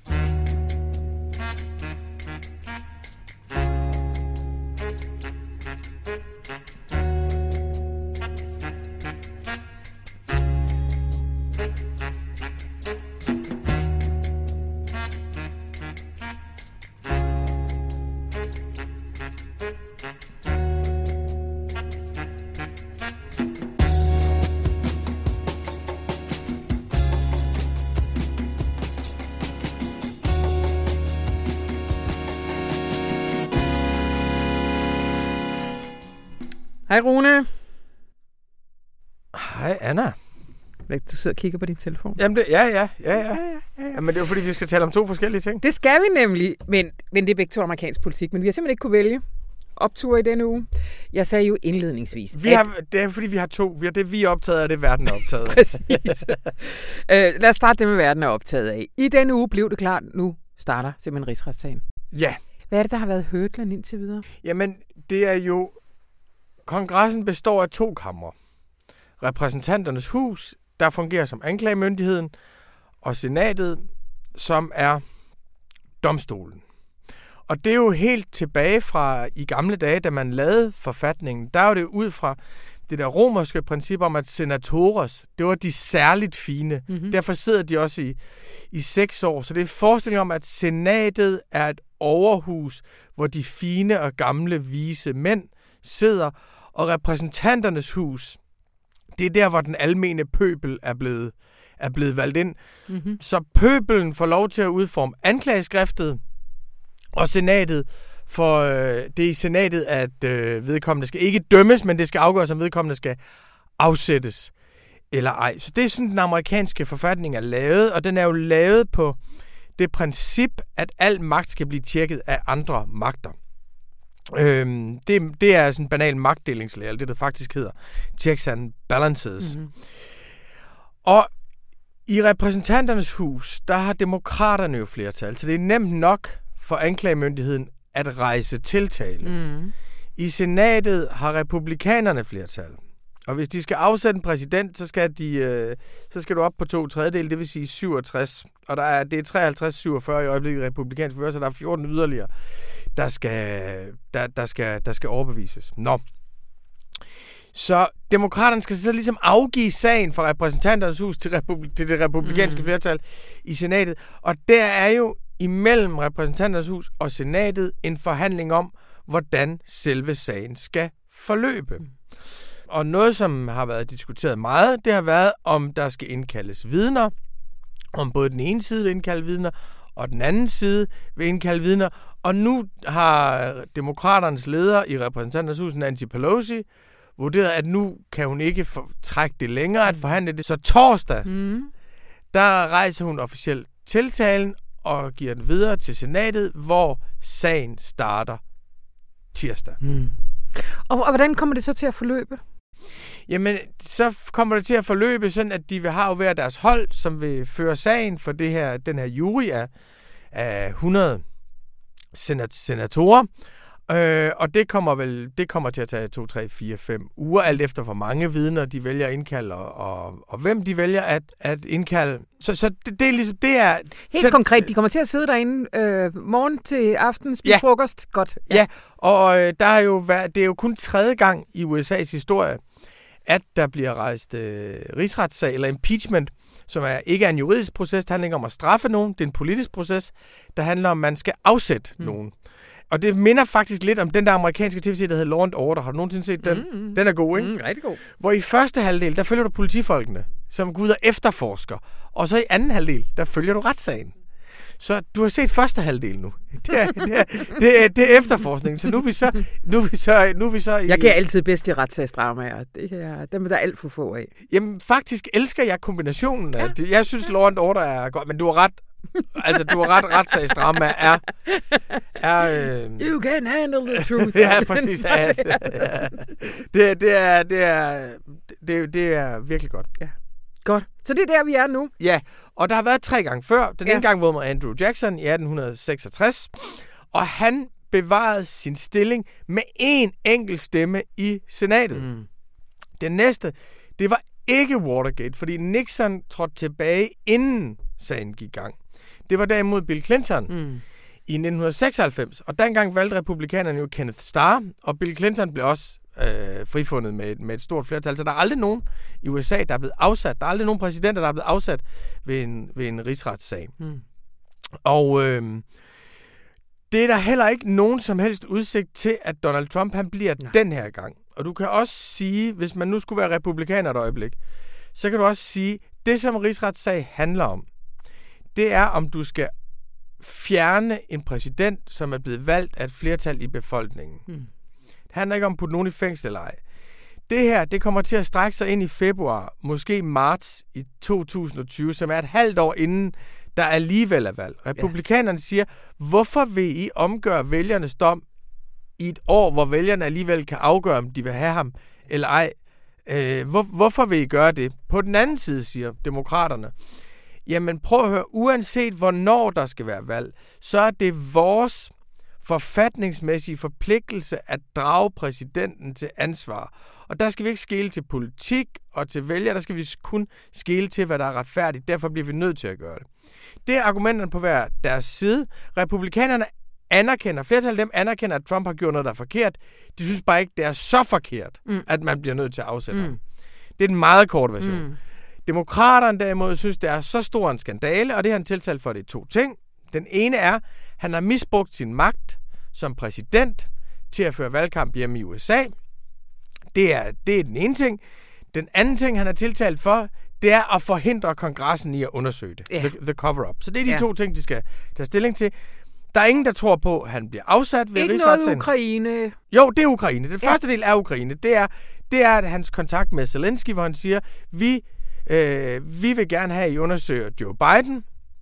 Hej Rune. Hej Anna. Du sidder og kigger på din telefon. Jamen det, ja, ja, ja, ja. ja, ja, ja. Jamen det er jo fordi, vi skal tale om to forskellige ting. Det skal vi nemlig, men, men det er begge to amerikansk politik, men vi har simpelthen ikke kunne vælge opture i denne uge. Jeg sagde jo indledningsvis. Vi har, det er fordi, vi har to. Vi har det, vi er optaget af, det verden er optaget af. Præcis. øh, lad os starte det med, verden er optaget af. I denne uge blev det klart, nu starter simpelthen rigsretssagen. Ja. Hvad er det, der har været hurdlen indtil videre? Jamen, det er jo... Kongressen består af to kamre. Repræsentanternes hus, der fungerer som anklagemyndigheden, og senatet, som er domstolen. Og det er jo helt tilbage fra i gamle dage, da man lavede forfatningen. Der er det ud fra det der romerske princip om, at senatores, det var de særligt fine. Mm-hmm. Derfor sidder de også i, i seks år. Så det er forestilling om, at senatet er et overhus, hvor de fine og gamle vise mænd sidder, og repræsentanternes hus, det er der, hvor den almene pøbel er blevet, er blevet valgt ind. Mm-hmm. Så pøbelen får lov til at udforme anklageskriftet, og senatet for øh, det er i senatet, at øh, vedkommende skal ikke dømmes, men det skal afgøres, om vedkommende skal afsættes eller ej. Så det er sådan, den amerikanske forfatning er lavet, og den er jo lavet på det princip, at al magt skal blive tjekket af andre magter. Øhm, det, det er sådan en banal magtdelingslære, det der faktisk hedder checks and balances. Mm-hmm. Og i repræsentanternes hus, der har demokraterne jo flertal, så det er nemt nok for anklagemyndigheden at rejse tiltale. Mm. I senatet har republikanerne flertal. Og hvis de skal afsætte en præsident, så skal, de, øh, så skal du op på to tredjedel, det vil sige syvogtres. Og der er, det er treoghalvtreds syvogfyrre i øjeblikket republikansk fører, så der er fjorten yderligere, der skal, der, der skal, der skal overbevises. Nå. Så demokraterne skal så ligesom afgive sagen fra repræsentanternes hus til, republi- til det republikanske mm. flertal i senatet. Og der er jo imellem repræsentanternes hus og senatet en forhandling om, hvordan selve sagen skal forløbe. Mm. Og noget, som har været diskuteret meget, det har været, om der skal indkaldes vidner, om både den ene side vil indkalde vidner, og den anden side vil indkalde vidner. Og nu har demokraternes leder i repræsentanternes hus, Nancy Pelosi, vurderet, at nu kan hun ikke for, trække det længere at forhandle det. Så torsdag, mm. der rejser hun officielt tiltalen og giver den videre til senatet, hvor sagen starter tirsdag. Mm. Og, og hvordan kommer det så til at forløbe? Jamen, så kommer det til at forløbe sådan, at de vil have hver deres hold, som vil føre sagen for det her, den her jury af, af hundrede senat- senatorer. Øh, og det kommer vel det kommer til at tage to, tre, fire, fem uger, alt efter hvor mange vidner de vælger at indkalde, og, og, og hvem de vælger at, at indkalde. Så, så det, det er ligesom, det er... Helt så, konkret, de kommer til at sidde derinde øh, morgen til aften, spise ja. frokost. Godt. Ja, ja og øh, der er jo været, det er jo kun tredje gang i U S A's historie, at der bliver rejst øh, rigsretssag eller impeachment, som er, ikke er en juridisk proces, der handler ikke om at straffe nogen. Det er en politisk proces, der handler om, at man skal afsætte mm. nogen. Og det minder faktisk lidt om den der amerikanske tv-serie, der hedder Law and Order. Har du nogensinde set den? Mm, den er god, ikke? Mm, rigtig god. Hvor i første halvdel, der følger du politifolkene, som går ud og efterforsker. Og så i anden halvdel, der følger du retssagen. Så du har set første halvdel nu. Det er, det er, det er, det er efterforskning. Så nu er vi så... Nu er vi så, nu er vi så i, jeg kan altid bedst i retssagsdramaer. Det er, dem er der alt for få af. Jamen, faktisk elsker jeg kombinationen af det. Jeg synes, Law and Order er godt, men du har ret. Altså, du har ret, retssagsdrama er... er øh... You can handle the truth. Ja, præcis. Ja, det, det, er, det, er, det, det er virkelig godt. Ja. Godt. Så det er der, vi er nu. Ja, og der har været tre gange før. Den ja. ene gang var med Andrew Jackson i atten seksogtres, og han bevarede sin stilling med én enkelt stemme i senatet. Mm. Den næste, det var ikke Watergate, fordi Nixon trådte tilbage, inden sagen gik i gang. Det var derimod Bill Clinton mm. i nitten seksoghalvfems, og dengang valgte republikanerne jo Kenneth Starr, og Bill Clinton blev også øh, frifundet med, med et stort flertal. Så der er aldrig nogen i U S A, der er blevet afsat. Der er aldrig nogen præsidenter, der er blevet afsat ved en, ved en rigsretssag. Mm. Og øh, det er der heller ikke nogen som helst udsigt til, at Donald Trump han bliver Nej. den her gang. Og du kan også sige, hvis man nu skulle være republikaner et øjeblik, så kan du også sige, det som rigsretssag handler om, det er, om du skal fjerne en præsident, som er blevet valgt af et flertal i befolkningen. Mm. Det handler ikke om at putte nogen i fængsel eller ej. Det her, det kommer til at strække sig ind i februar, måske marts i to tusind og tyve, som er et halvt år inden, der alligevel er valg. Republikanerne siger, hvorfor vil I omgøre vælgernes dom i et år, hvor vælgerne alligevel kan afgøre, om de vil have ham eller ej? Øh, hvor, hvorfor vil I gøre det? På den anden side, siger demokraterne, jamen prøv at høre, uanset hvornår der skal være valg, så er det vores forfatningsmæssige forpligtelse at drage præsidenten til ansvar. Og der skal vi ikke skele til politik og til vælgere, der skal vi kun skele til, hvad der er retfærdigt. Derfor bliver vi nødt til at gøre det. Det er argumenterne på hver deres side. Republikanerne anerkender, flertallet af dem anerkender, at Trump har gjort noget, der er forkert. De synes bare ikke, det er så forkert, mm. at man bliver nødt til at afsætte mm. ham. Det er den meget korte version. Mm. Demokraterne derimod synes, det er så stor en skandale, og det har han tiltalt for, det er to ting. Den ene er, at han har misbrugt sin magt som præsident til at føre valgkamp hjemme i U S A. Det er, det er den ene ting. Den anden ting, han er tiltalt for, det er at forhindre kongressen i at undersøge det. Yeah. The, the cover-up. Så det er de yeah. to ting, de skal tage stilling til. Der er ingen, der tror på, at han bliver afsat ved rigsretssagen. Ikke noget Ukraine. Jo, det er Ukraine. Den ja. første del er Ukraine. Det er, det er hans kontakt med Zelensky, hvor han siger, vi, øh, vi vil gerne have, at I undersøger Joe Biden.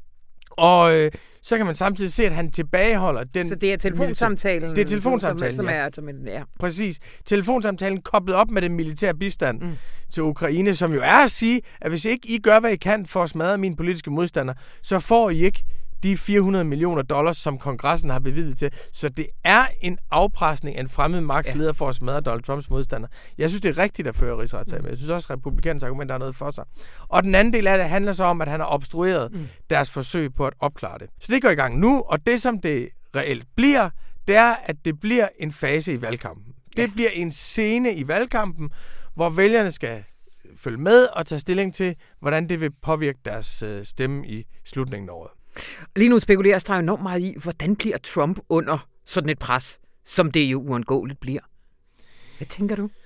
Og øh, så kan man samtidig se, at han tilbageholder den... Så det er telefonsamtalen? Det er telefonsamtalen, som, ja. er, som en, ja. Præcis. Telefonsamtalen koblet op med den militære bistand mm. til Ukraine, som jo er at sige, at hvis ikke I gør, hvad I kan for at smadre mine politiske modstandere, så får I ikke de fire hundrede millioner dollars, som kongressen har bevilget til. Så det er en afpresning af en fremmed magtsleder ja. for at smadre Donald Trumps modstander. Jeg synes, det er rigtigt at føre rigsretssag, men jeg synes også, at republikanernes argument har noget for sig. Og den anden del af det handler så om, at han har obstrueret mm. deres forsøg på at opklare det. Så det går i gang nu, og det som det reelt bliver, det er, at det bliver en fase i valgkampen. Det ja. bliver en scene i valgkampen, hvor vælgerne skal følge med og tage stilling til, hvordan det vil påvirke deres stemme i slutningen af året. Lige nu spekuleres der enormt meget i, hvordan bliver Trump under sådan et pres, som det jo uundgåeligt bliver. Hvad tænker du?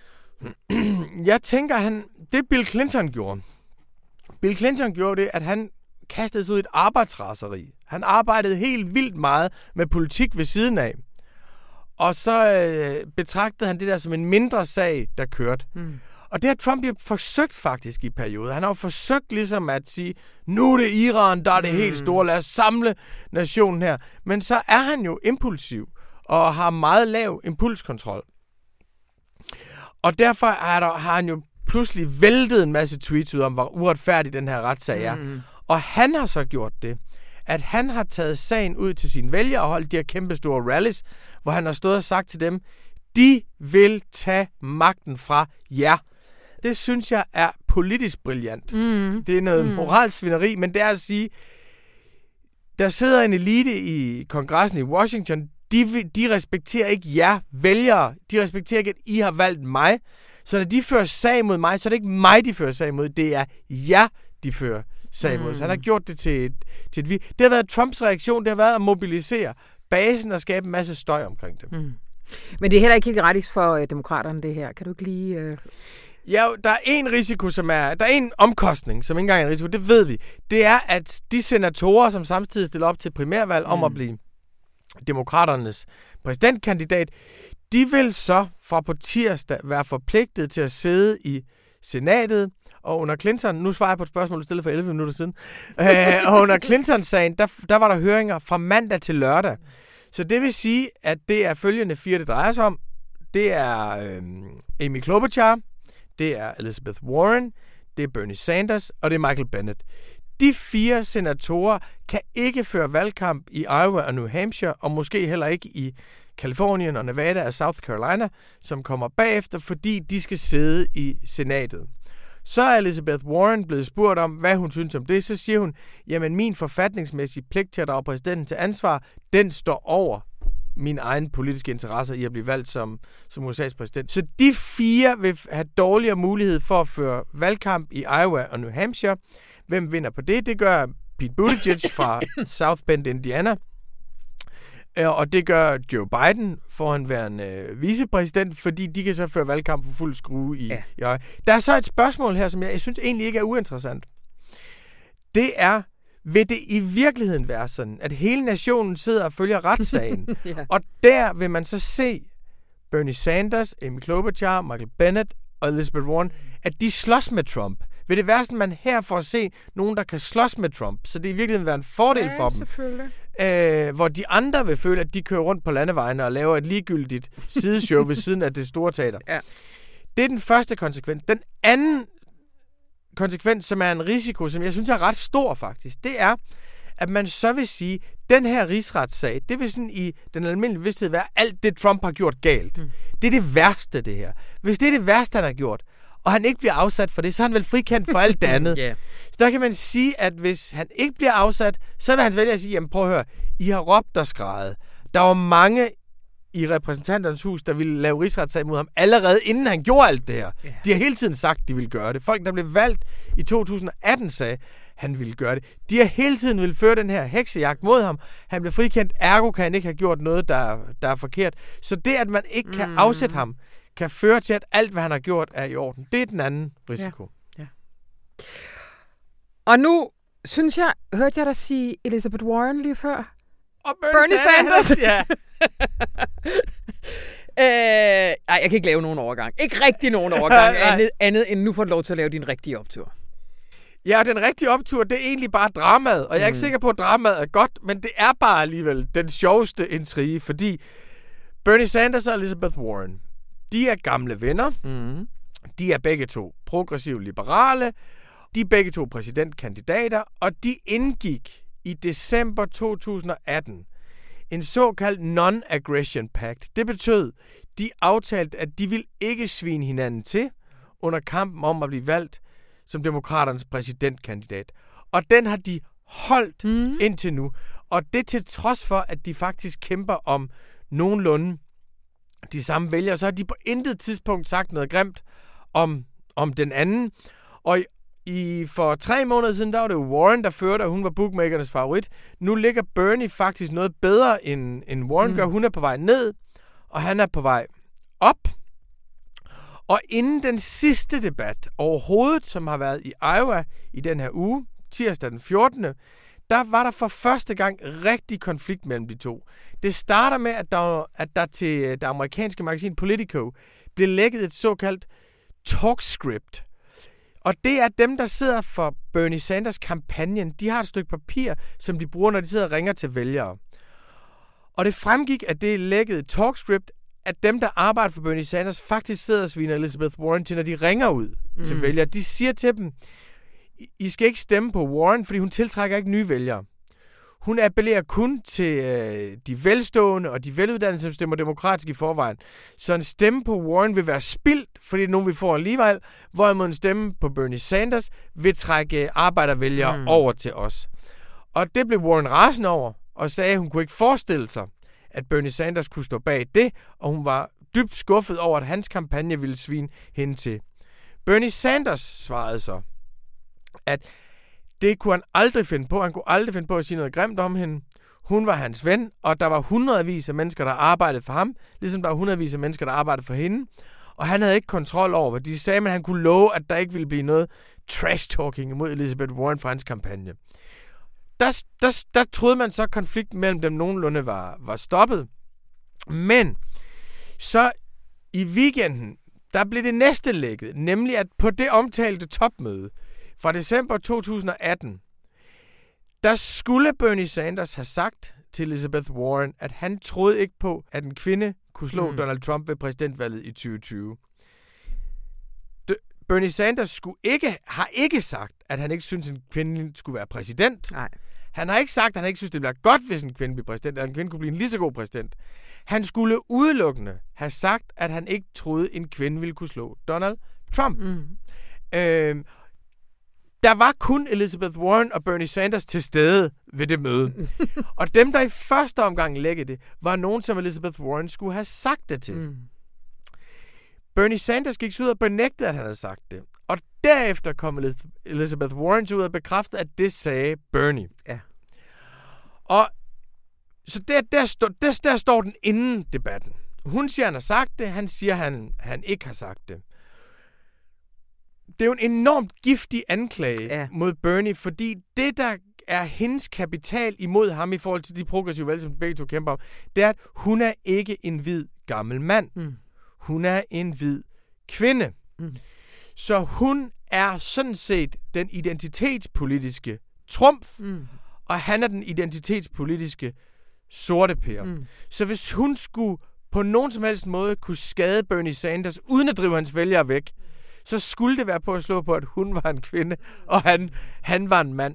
Jeg tænker, at han, det Bill Clinton gjorde. Bill Clinton gjorde det, at han kastede sig ud i et arbejdsraseri. Han arbejdede helt vildt meget med politik ved siden af. Og så øh, betragtede han det der som en mindre sag, der kørte. Mm. Og det har Trump jo forsøgt faktisk i perioder. Han har jo forsøgt ligesom at sige, nu er det Iran, der er det mm. helt store, lad os samle nationen her. Men så er han jo impulsiv og har meget lav impulskontrol. Og derfor er der, har han jo pludselig væltet en masse tweets ud om, hvor uretfærdig den her retssag er. Mm. Og han har så gjort det, at han har taget sagen ud til sine vælgere og holdt de her kæmpe store rallies, hvor han har stået og sagt til dem, de vil tage magten fra jer. Det synes jeg er politisk brillant. Mm. Det er noget mm. moralsvineri, men det er at sige, der sidder en elite i kongressen i Washington, de, de respekterer ikke jer vælgere. De respekterer ikke, at I har valgt mig. Så når de fører sag mod mig, så er det ikke mig, de fører sag mod. Det er jer, de fører sag mod. Mm. Så han har gjort det til et, til et vi. Det har været Trumps reaktion. Det har været at mobilisere basen og skabe en masse støj omkring det. Mm. Men det er heller ikke helt gratis for øh, demokraterne, det her. Kan du ikke lige... Øh... Ja, der er en risiko, som er... Der er en omkostning, som ikke engang er en risiko. Det ved vi. Det er, at de senatorer, som samtidig stiller op til primærvalg mm. om at blive demokraternes præsidentkandidat, de vil så fra på tirsdag være forpligtet til at sidde i senatet, og under Clinton, nu svarer jeg på et spørgsmål, du stillede for elleve minutter siden, øh, og under Clinton-sagen, der, der var der høringer fra mandag til lørdag. Så det vil sige, at det er følgende fire, det drejer sig om. Det er øh, Amy Klobuchar, det er Elizabeth Warren, det er Bernie Sanders, og det er Michael Bennet. De fire senatorer kan ikke føre valgkamp i Iowa og New Hampshire, og måske heller ikke i Kalifornien og Nevada og South Carolina, som kommer bagefter, fordi de skal sidde i senatet. Så er Elizabeth Warren blevet spurgt om, hvad hun synes om det. Så siger hun, jamen min forfatningsmæssige pligt til at drage præsidenten til ansvar, den står over min egen politiske interesser i at blive valgt som, som U S A's præsident. Så de fire vil have dårligere mulighed for at føre valgkamp i Iowa og New Hampshire. Hvem vinder på det? Det gør Pete Buttigieg fra South Bend, Indiana. Og det gør Joe Biden forhenværende øh, vicepræsident, fordi de kan så føre valgkamp for fuld skrue i, ja. i øje. Der er så et spørgsmål her, som jeg, jeg synes egentlig ikke er uinteressant. Det er, vil det i virkeligheden være sådan, at hele nationen sidder og følger retssagen, ja. og der vil man så se Bernie Sanders, Amy Klobuchar, Michael Bennet og Elizabeth Warren, at de slås med Trump. Vil det være sådan, man her får at se nogen, der kan slås med Trump, så det i virkeligheden vil være en fordel ja, for dem. Selvfølgelig. Øh, hvor de andre vil føle, at de kører rundt på landevejene og laver et ligegyldigt sideshow ved siden af det store teater. Ja. Det er den første konsekvens. Den anden konsekvens, som er en risiko, som jeg synes er ret stor faktisk, det er, at man så vil sige, at den her rigsretssag, det vil sådan i den almindelige bevidsthed være alt det, Trump har gjort galt. Mm. Det er det værste, det her. Hvis det er det værste, han har gjort, og han ikke bliver afsat for det, så er han vel frikendt for alt det andet. yeah. Så der kan man sige, at hvis han ikke bliver afsat, så vil hans vælger sige, jamen prøv at høre, I har råbt og skreget. Der var mange i repræsentanternes hus, der ville lave rigsretssag mod ham, allerede inden han gjorde alt det her. Yeah. De har hele tiden sagt, de ville gøre det. Folk, der blev valgt i to tusind og atten, sagde, han ville gøre det. De har hele tiden ville føre den her heksejagt mod ham. Han blev frikendt, ergo kan han ikke have gjort noget, der, der er forkert. Så det, at man ikke kan mm. afsætte ham, kan føre til, at alt, hvad han har gjort, er i orden. Det er den anden risiko. Ja. Ja. Og nu synes jeg, hørte jeg dig sige Elizabeth Warren lige før? Og Bernie, Bernie Sanders. Sanders. Ja. øh, ej, jeg kan ikke lave nogen overgang. Ikke rigtig nogen overgang, andet, andet end nu får du lov til at lave din rigtige optur. Ja, den rigtige optur, det er egentlig bare dramaet. Og jeg er ikke mm. sikker på, at dramaet er godt, men det er bare alligevel den sjoveste intrige, fordi Bernie Sanders og Elizabeth Warren, de er gamle venner. Mm. De er begge to progressive liberale. De er begge to præsidentkandidater, og de indgik i december to tusind og atten en såkaldt non-aggression pact. Det betød, de aftalte, at de vil ikke svine hinanden til under kampen om at blive valgt som demokraternes præsidentkandidat. Og den har de holdt mm. indtil nu. Og det til trods for, at de faktisk kæmper om nogenlunde de samme vælgere, så har de på intet tidspunkt sagt noget grimt om, om den anden. Og i, i for tre måneder siden, der var det Warren, der førte, og hun var bookmakernes favorit. Nu ligger Bernie faktisk noget bedre, end, end Warren mm. gør. Hun er på vej ned, og han er på vej op. Og inden den sidste debat overhovedet, som har været i Iowa i den her uge, tirsdag den fjortende, der var der for første gang rigtig konflikt mellem de to. Det starter med, at der, at der til det amerikanske magasin Politico blev lækket et såkaldt talkscript. Og det er dem, der sidder for Bernie Sanders kampagnen. De har et stykke papir, som de bruger, når de sidder og ringer til vælgere. Og det fremgik, at det lækkede talkscript, at dem, der arbejder for Bernie Sanders, faktisk sidder og sviner Elizabeth Warren til, når de ringer ud mm. til vælgere. De siger til dem, I skal ikke stemme på Warren, fordi hun tiltrækker ikke nye vælgere. Hun appellerer kun til øh, de velstående og de veluddannede, som stemmer demokratisk i forvejen. Så en stemme på Warren vil være spildt, fordi det er nogen, vi får alligevel, hvorimod en stemme på Bernie Sanders vil trække arbejdervælgere mm. over til os. Og det blev Warren rasende over, og sagde, at hun kunne ikke forestille sig, at Bernie Sanders kunne stå bag det, og hun var dybt skuffet over, at hans kampagne ville svine hende til. Bernie Sanders svarede så, at det kunne han aldrig finde på. Han kunne aldrig finde på at sige noget grimt om hende. Hun var hans ven, og der var hundredvis af mennesker, der arbejdede for ham, ligesom der var hundredvis af mennesker, der arbejdede for hende. Og han havde ikke kontrol over, hvad de sagde, men han kunne love, at der ikke ville blive noget trash-talking imod Elizabeth Warren fra hans kampagne. Der, der, der troede man så, at konflikten mellem dem nogenlunde var, var stoppet. Men så i weekenden, der blev det næste lækket, nemlig at på det omtalte topmøde fra december to tusind og atten, der skulle Bernie Sanders have sagt til Elizabeth Warren, at han troede ikke på, at en kvinde kunne slå mm. Donald Trump ved præsidentvalget i tyve tyve. D- Bernie Sanders skulle ikke, har ikke sagt, at han ikke synes, at en kvinde skulle være præsident. Nej. Han har ikke sagt, at han ikke synes, det ville være godt, hvis en kvinde blev præsident, eller en kvinde kunne blive en lige så god præsident. Han skulle udelukkende have sagt, at han ikke troede, at en kvinde ville kunne slå Donald Trump. Mm. Øhm, der var kun Elizabeth Warren og Bernie Sanders til stede ved det møde. Og dem, der i første omgang lækkede det, var nogen, som Elizabeth Warren skulle have sagt det til. Mm. Bernie Sanders gik ud og benægtede, at han havde sagt det. Og derefter kom Elizabeth Warren ud og bekræftede, at det sagde Bernie. Ja. Og så der, der, stå, der, der står den inden debatten. Hun siger, han har sagt det. Han siger, han, han ikke har sagt det. Det er jo en enormt giftig anklage ja. mod Bernie, fordi det, der er hendes kapital imod ham i forhold til de progressive valg, som begge to kæmper om, det er, at hun er ikke en hvid gammel mand. Mm. Hun er en hvid kvinde. Mm. Så hun er sådan set den identitetspolitiske trumf, mm. og han er den identitetspolitiske sortepære. Mm. Så hvis hun skulle på nogen som helst måde kunne skade Bernie Sanders, uden at drive hans vælgere væk, så skulle det være på at slå på, at hun var en kvinde, og han, han var en mand.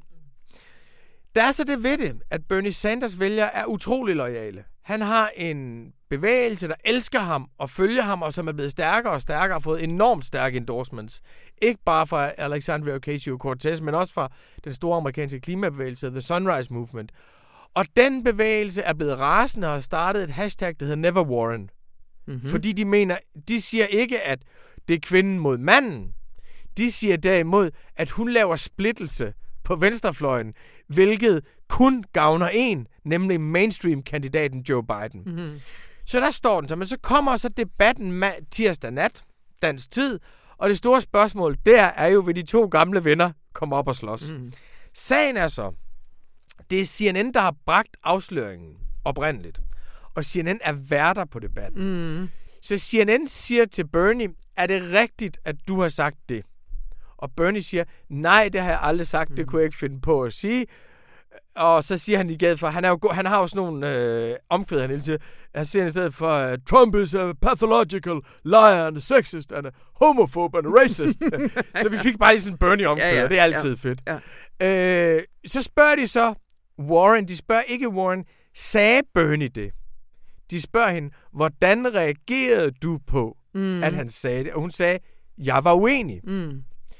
Der er så det ved det, at Bernie Sanders vælgere er utrolig loyale. Han har en bevægelse, der elsker ham og følger ham, og som er blevet stærkere og stærkere og fået enormt stærke endorsements. Ikke bare fra Alexandria Ocasio-Cortez, men også fra den store amerikanske klimabevægelse, The Sunrise Movement. Og den bevægelse er blevet rasende og har startet et hashtag, der hedder Never Warren. Mm-hmm. Fordi de mener, de siger ikke, at det er kvinden mod manden. De siger derimod, at hun laver splittelse på venstrefløjen, hvilket kun gavner en, nemlig mainstream-kandidaten Joe Biden. Mm-hmm. Så der står den så, men så kommer så debatten ma- tirsdag nat, dansk tid, og det store spørgsmål der er jo, vil de to gamle venner komme op og slås. Mm. Sagen er så, det er C N N, der har bragt afsløringen oprindeligt, og C N N er værter på debatten. Mm. Så C N N siger til Bernie, er det rigtigt, at du har sagt det? Og Bernie siger, nej, det har jeg aldrig sagt, mm. det kunne jeg ikke finde på at sige. Og så siger han igen, for han, er jo, han har jo sådan nogle øh, omkvæd, han hele tiden. Han siger i stedet for, uh, Trump is a pathological liar and a sexist and a homophobe and a racist. Så vi fik bare lige sådan en Bernie omkvæd, ja, ja, det er altid ja, fedt. Ja. Øh, så spørger de så Warren, de spørger ikke Warren, sagde Bernie det? De spørger hende, hvordan reagerede du på, mm. at han sagde det? Og hun sagde, jeg var uenig. Mm.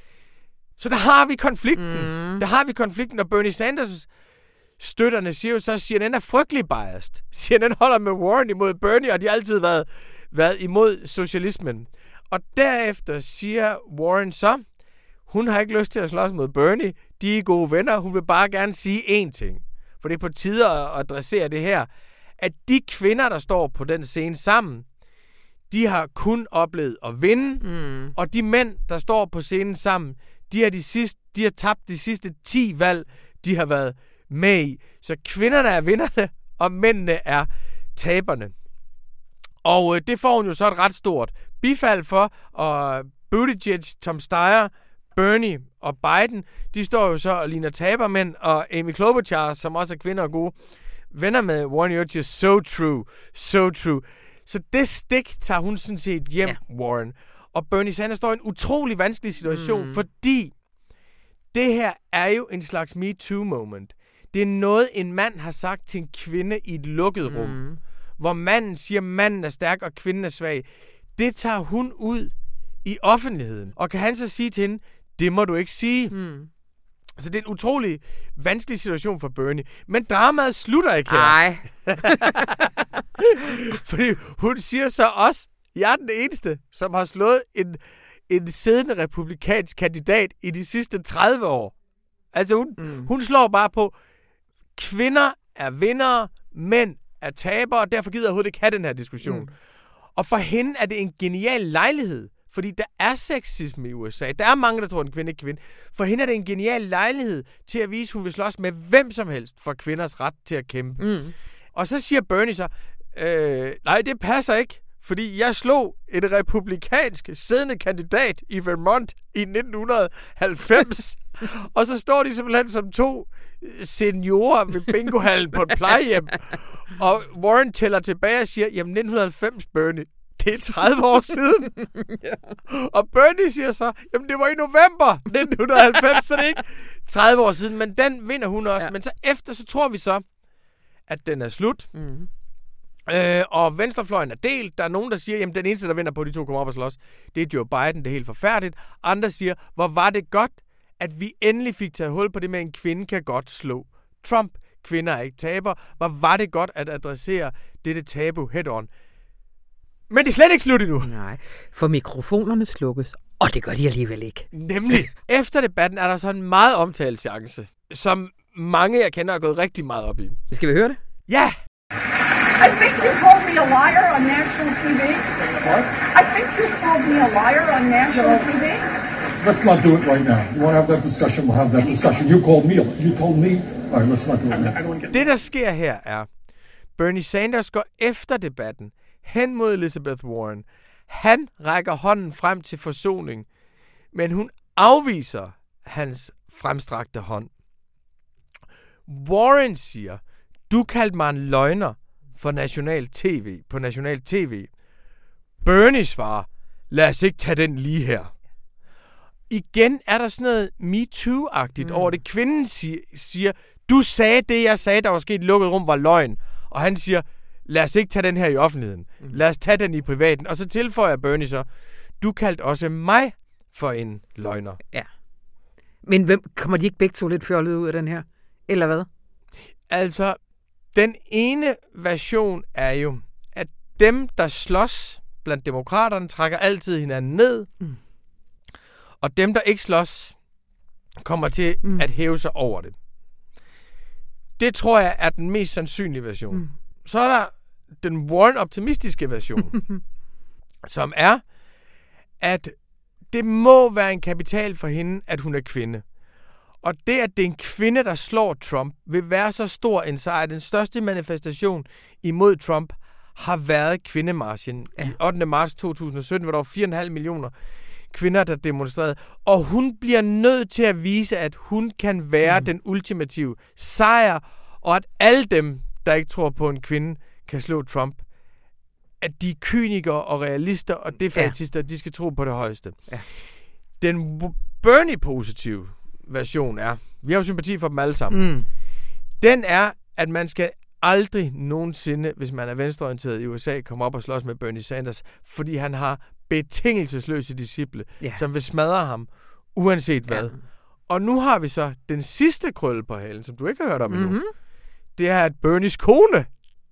Så der har vi konflikten. Mm. Der har vi konflikten, og Bernie Sanders støtterne siger jo så, at C N N er frygtelig biased. C N N holder med Warren imod Bernie, og de har altid været, været imod socialismen. Og derefter siger Warren så, hun har ikke lyst til at slås mod Bernie. De er gode venner. Hun vil bare gerne sige én ting. For det er på tide at adressere det her. At de kvinder, der står på den scene sammen, de har kun oplevet at vinde. Mm. Og de mænd, der står på scenen sammen, de har, de sidste, de har tabt de sidste ti valg, de har været med i. Så kvinderne er vinderne, og mændene er taberne. Og øh, det får hun jo så et ret stort bifald for, og Buttigieg, Tom Steyer, Bernie og Biden, de står jo så og ligner tabermænd, og Amy Klobuchar, som også er kvinder og gode venner med Warren, jo siger, so true, so true. Så det stik tager hun sådan set hjem, ja. Warren. Og Bernie Sanders står i en utrolig vanskelig situation, mm. fordi det her er jo en slags MeToo-moment. Det er noget, en mand har sagt til en kvinde i et lukket rum, mm. hvor manden siger, at manden er stærk, og kvinden er svag. Det tager hun ud i offentligheden. Og kan han så sige til hende, det må du ikke sige. Mm. Så det er en utrolig vanskelig situation for Bernie. Men dramaet slutter ikke her. Nej. Fordi hun siger så også, jeg er den eneste, som har slået en, en siddende republikansk kandidat i de sidste tredive år. Altså hun, mm. hun slår bare på, kvinder er vindere, mænd er tabere, og derfor gider jeg overhovedet ikke have den her diskussion. Mm. Og for hende er det en genial lejlighed, fordi der er sexisme i U S A. Der er mange, der tror, at en kvinde er kvinde. For hende er det en genial lejlighed til at vise, at hun vil slås med hvem som helst for kvinders ret til at kæmpe. Mm. Og så siger Bernie så, øh, nej, det passer ikke, fordi jeg slog et republikansk siddende kandidat i Vermont i nitten halvfems. Og så står de simpelthen som to seniorer ved bingohallen på et plejehjem. Og Warren tæller tilbage og siger, jamen nitten halvfems, Bernie, det er tredive år siden. Ja. Og Bernie siger så, jamen det var i november nitten halvfems, så det er ikke tredive år siden. Men den vinder hun også. Ja. Men så efter, så tror vi så, at den er slut. Mm. Øh, og venstrefløjen er delt. Der er nogen, der siger, jamen den eneste, der vinder på, de to kommer op og slås, det er Joe Biden. Det er helt forfærdeligt. Andre siger, hvor var det godt, at vi endelig fik taget hul på det med, at en kvinde kan godt slå Trump. Kvinder er ikke taber. Hvor var det godt at adressere dette tabu head-on. Men det er slet ikke slut endnu. Nej, for mikrofonerne slukkes, og det gør de alligevel ikke. Nemlig. Efter debatten er der så en meget omtalt chance, som mange, jeg kender, har gået rigtig meget op i. Skal vi høre det? Ja! I think you called me a liar on national T V. What? I think you called me a liar on national T V. Let's not do it right now. You want to have that discussion, we'll have that discussion. You called me, you told me. All right, let's not do it now. Det, der sker her, er, Bernie Sanders går efter debatten hen mod Elizabeth Warren. Han rækker hånden frem til forsoning, men hun afviser hans fremstrakte hånd. Warren siger, du kaldte mig en løgner for national tv, på national tv. Bernie svarer, lad os ikke tage den lige her. Igen er der sådan noget MeToo-agtigt mm. over det. Kvinden siger, siger, du sagde det, jeg sagde, der var sket i lukket rum, var løgn. Og han siger, lad os ikke tage den her i offentligheden. Mm. Lad os tage den i privaten. Og så tilføjer Bernie så, du kaldte også mig for en løgner. Ja. Men hvem, kommer de ikke begge to lidt fjollet ud af den her? Eller hvad? Altså, den ene version er jo, at dem, der slås blandt demokraterne, trækker altid hinanden ned. Mm. Og dem, der ikke slås, kommer til mm. at hæve sig over det. Det tror jeg er den mest sandsynlige version. Mm. Så er der den Warren-optimistiske version, som er, at det må være en kapital for hende, at hun er kvinde. Og det, at det er en kvinde, der slår Trump, vil være så stor en sejr. Den største manifestation imod Trump har været kvindemarchen ja. i ottende marts to tusind og sytten, hvor der var fire komma fem millioner kvinder, der demonstrerede. Og hun bliver nødt til at vise, at hun kan være mm. den ultimative sejr, og at alle dem, der ikke tror på en kvinde, kan slå Trump, at de er kynikere og realister og defatister, ja. de skal tro på det højeste. Ja. Den Bernie-positive version er, vi har jo sympati for dem alle sammen, mm. den er, at man skal aldrig nogensinde, hvis man er venstreorienteret i U S A, komme op og slås med Bernie Sanders, fordi han har betingelsesløse disciple, ja. som vil smadre ham, uanset hvad. Ja. Og nu har vi så den sidste krølle på halen, som du ikke har hørt om endnu. Mm-hmm. Det er, at Bernies kone,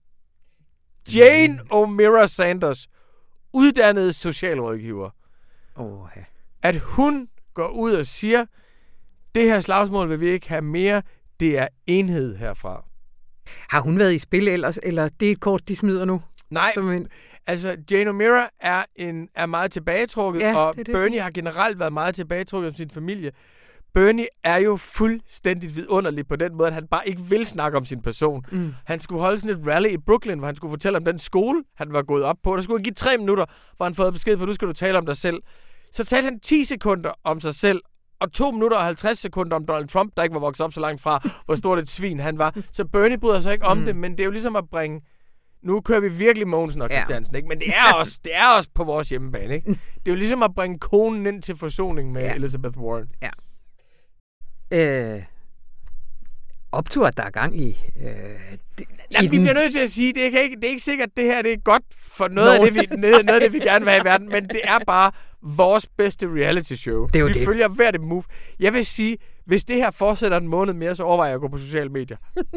Jane O'Meara Sanders, uddannet socialrådgiver, oh, ja. at hun går ud og siger, det her slagsmål vil vi ikke have mere, det er enhed herfra. Har hun været i spil ellers, eller det er et kort, de smider nu? Nej, en... altså Jane O'Meara er, en, er meget tilbagetrukket, ja, og det det. Bernie har generelt været meget tilbagetrukket om sin familie. Bernie er jo fuldstændig vidunderlig på den måde, at han bare ikke vil snakke om sin person. Mm. Han skulle holde sådan et rally i Brooklyn, hvor han skulle fortælle om den skole, han var gået op på. Der skulle han give tre minutter, hvor han fået besked på, nu skal du tale om dig selv. Så talte han ti sekunder om sig selv, og to minutter og halvtreds sekunder om Donald Trump, der ikke var vokset op så langt fra, hvor stort et svin han var. Så Bernie bryder sig ikke om mm. det, men det er jo ligesom at bringe... Nu kører vi virkelig Mogensen og Christiansen, ja. ikke? Men det er, også, det er også på vores hjemmebane, ikke? Det er jo ligesom at bringe konen ind til forsoning med ja. Elizabeth Warren. Ja. Øh, optur, der er gang i. Øh, det, Jamen, vi bliver nødt til at sige, det er ikke, det er ikke sikkert, at det her det er godt for noget af det, vi, noget af det, vi gerne vil have i verden, men det er bare vores bedste reality show. Det er jo vi det. følger hvert et move. Jeg vil sige, hvis det her fortsætter en måned mere, så overvejer jeg at gå på sociale medier.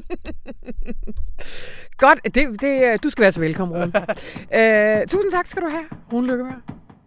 Godt, det, det, du skal være så velkommen, Rune. øh, tusind tak skal du have, Rune Lykkeberg.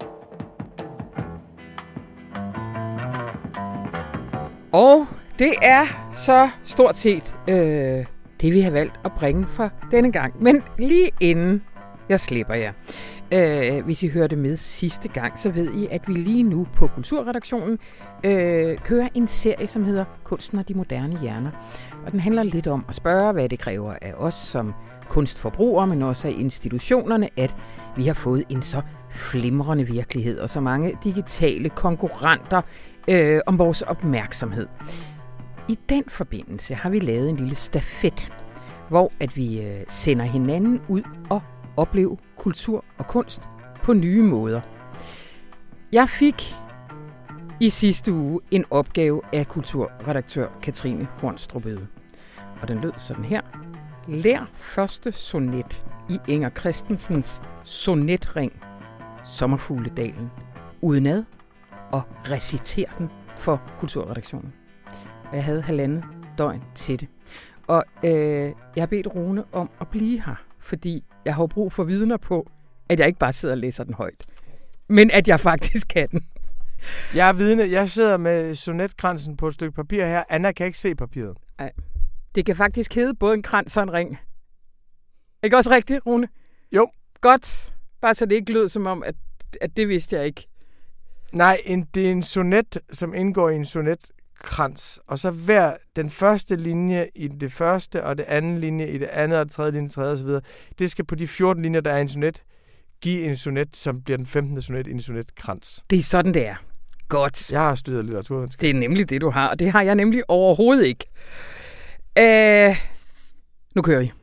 Og det er så stort set øh, det, vi har valgt at bringe for denne gang. Men lige inden jeg slipper jer, øh, hvis I hørte med sidste gang, så ved I, at vi lige nu på Kulturredaktionen øh, kører en serie, som hedder Kunsten og de moderne hjerner. Og den handler lidt om at spørge, hvad det kræver af os som kunstforbrugere, men også af institutionerne, at vi har fået en så flimrende virkelighed og så mange digitale konkurrenter øh, om vores opmærksomhed. I den forbindelse har vi lavet en lille stafet, hvor at vi øh, sender hinanden ud og oplever kultur og kunst på nye måder. Jeg fik i sidste uge en opgave af kulturredaktør Katrine Hornstrup-Øde, og den lød sådan her. Lær første sonet i Inger Christensens sonetring Sommerfugledalen udenad og reciter den for kulturredaktionen. Jeg havde halvandet døgn til det. Og øh, jeg har bedt Rune om at blive her, fordi jeg har brug for vidner på, at jeg ikke bare sidder og læser den højt, men at jeg faktisk kan den. Jeg er vidne. Jeg sidder med sonetkransen på et stykke papir her. Anna kan ikke se papiret. Nej. Det kan faktisk hedde både en krans og en ring. Ikke også rigtigt, Rune? Jo. Godt. Bare så det ikke lød som om, at, at det vidste jeg ikke. Nej, en, det er en sonet, som indgår i en sonetkrans. Og så hver den første linje i det første, og det anden linje i det andet, og det tredje linje, tredje osv. Det skal på de fjorten linjer, der er en sonet, give en sonet, som bliver den femtende sonet i en sonetkrans. Det er sådan, det er. Godt. Jeg har studeret litteraturvidenskab. Det er nemlig det, du har, og det har jeg nemlig overhovedet ikke. Æh, nu kører vi.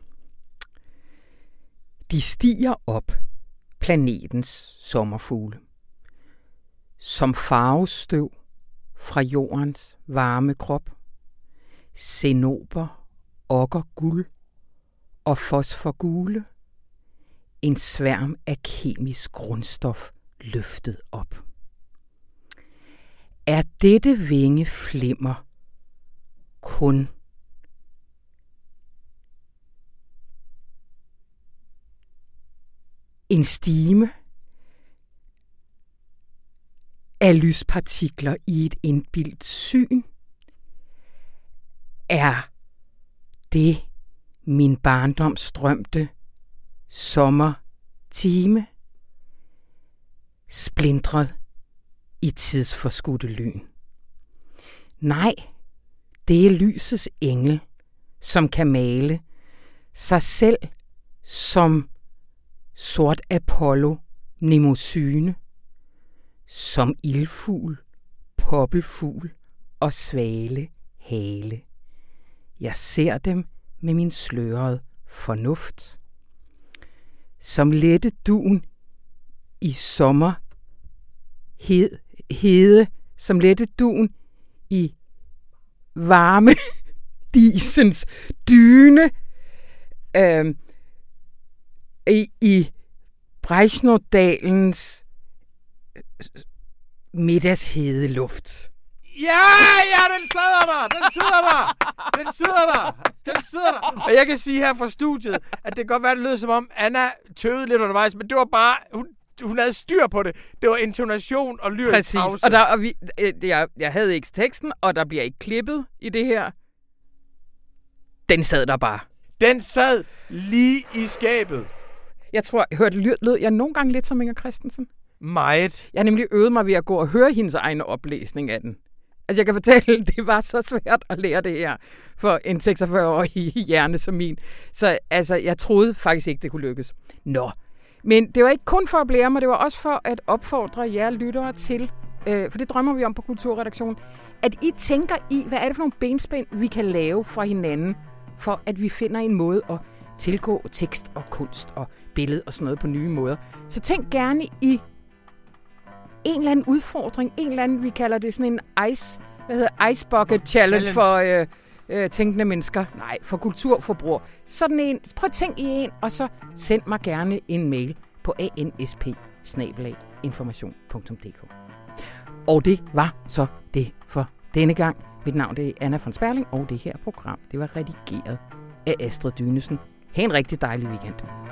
De stiger op, planetens sommerfugle, som farvestøv fra jordens varme krop, cenober, okker guld og fosforgule, en sværm af kemisk grundstof løftet op. Er dette vingeflimmer kun en stime af lyspartikler i et indbildt syn? Er det min barndoms drømte sommertime, splintret i tidsforskudte lyn? Nej, det er lysets engel, som kan male sig selv som sort Apollo Mnemosyne, som ildfugl, poppelfugl og svale hale. Jeg ser dem med min slørede fornuft. Som lette dun i sommer hed, hede, som lette dun i varme disens dyne, øh, i, i Brechnodalens middagshede luft. Ja, ja, den sidder der! Den sidder der! Den sidder der! Den sidder der! Og jeg kan sige her fra studiet, at det kan godt være, det lød som om Anna tøvede lidt undervejs, men det var bare, hun, hun havde styr på det. Det var intonation og lyrisk Præcis, pause. og, der, og vi, jeg, jeg havde ikke teksten, og der bliver ikke klippet i det her. Den sad der bare. Den sad lige i skabet. Jeg tror, jeg hørte lød, lød jeg nogle gange lidt som Inger Christensen. Meget. Jeg har nemlig øvet mig ved at gå og høre hendes egen oplæsning af den. Altså, jeg kan fortælle, det var så svært at lære det her for en seksogfyrre-årig hjerne som min. Så altså, jeg troede faktisk ikke, det kunne lykkes. Nå. Men det var ikke kun for at blære mig, det var også for at opfordre jer lyttere til, øh, for det drømmer vi om på Kulturredaktionen, at I tænker i, hvad er det for nogle benspænd, vi kan lave fra hinanden, for at vi finder en måde at tilgå tekst og kunst og billede og sådan noget på nye måder. Så tænk gerne i en eller anden udfordring, en eller anden, vi kalder det sådan en ice, hvad hedder Ice Bucket Challenge, challenge. for, øh, øh, tænkende mennesker. Nej, for kulturforbrug. Sådan en, prøv at tænk i en, og så send mig gerne en mail på ansp bindestreg information punktum d k. Og det var så det for denne gang. Mit navn er Anna von Sperling, og det her program det var redigeret af Astrid Dynesen. Ha' en rigtig dejlig weekend.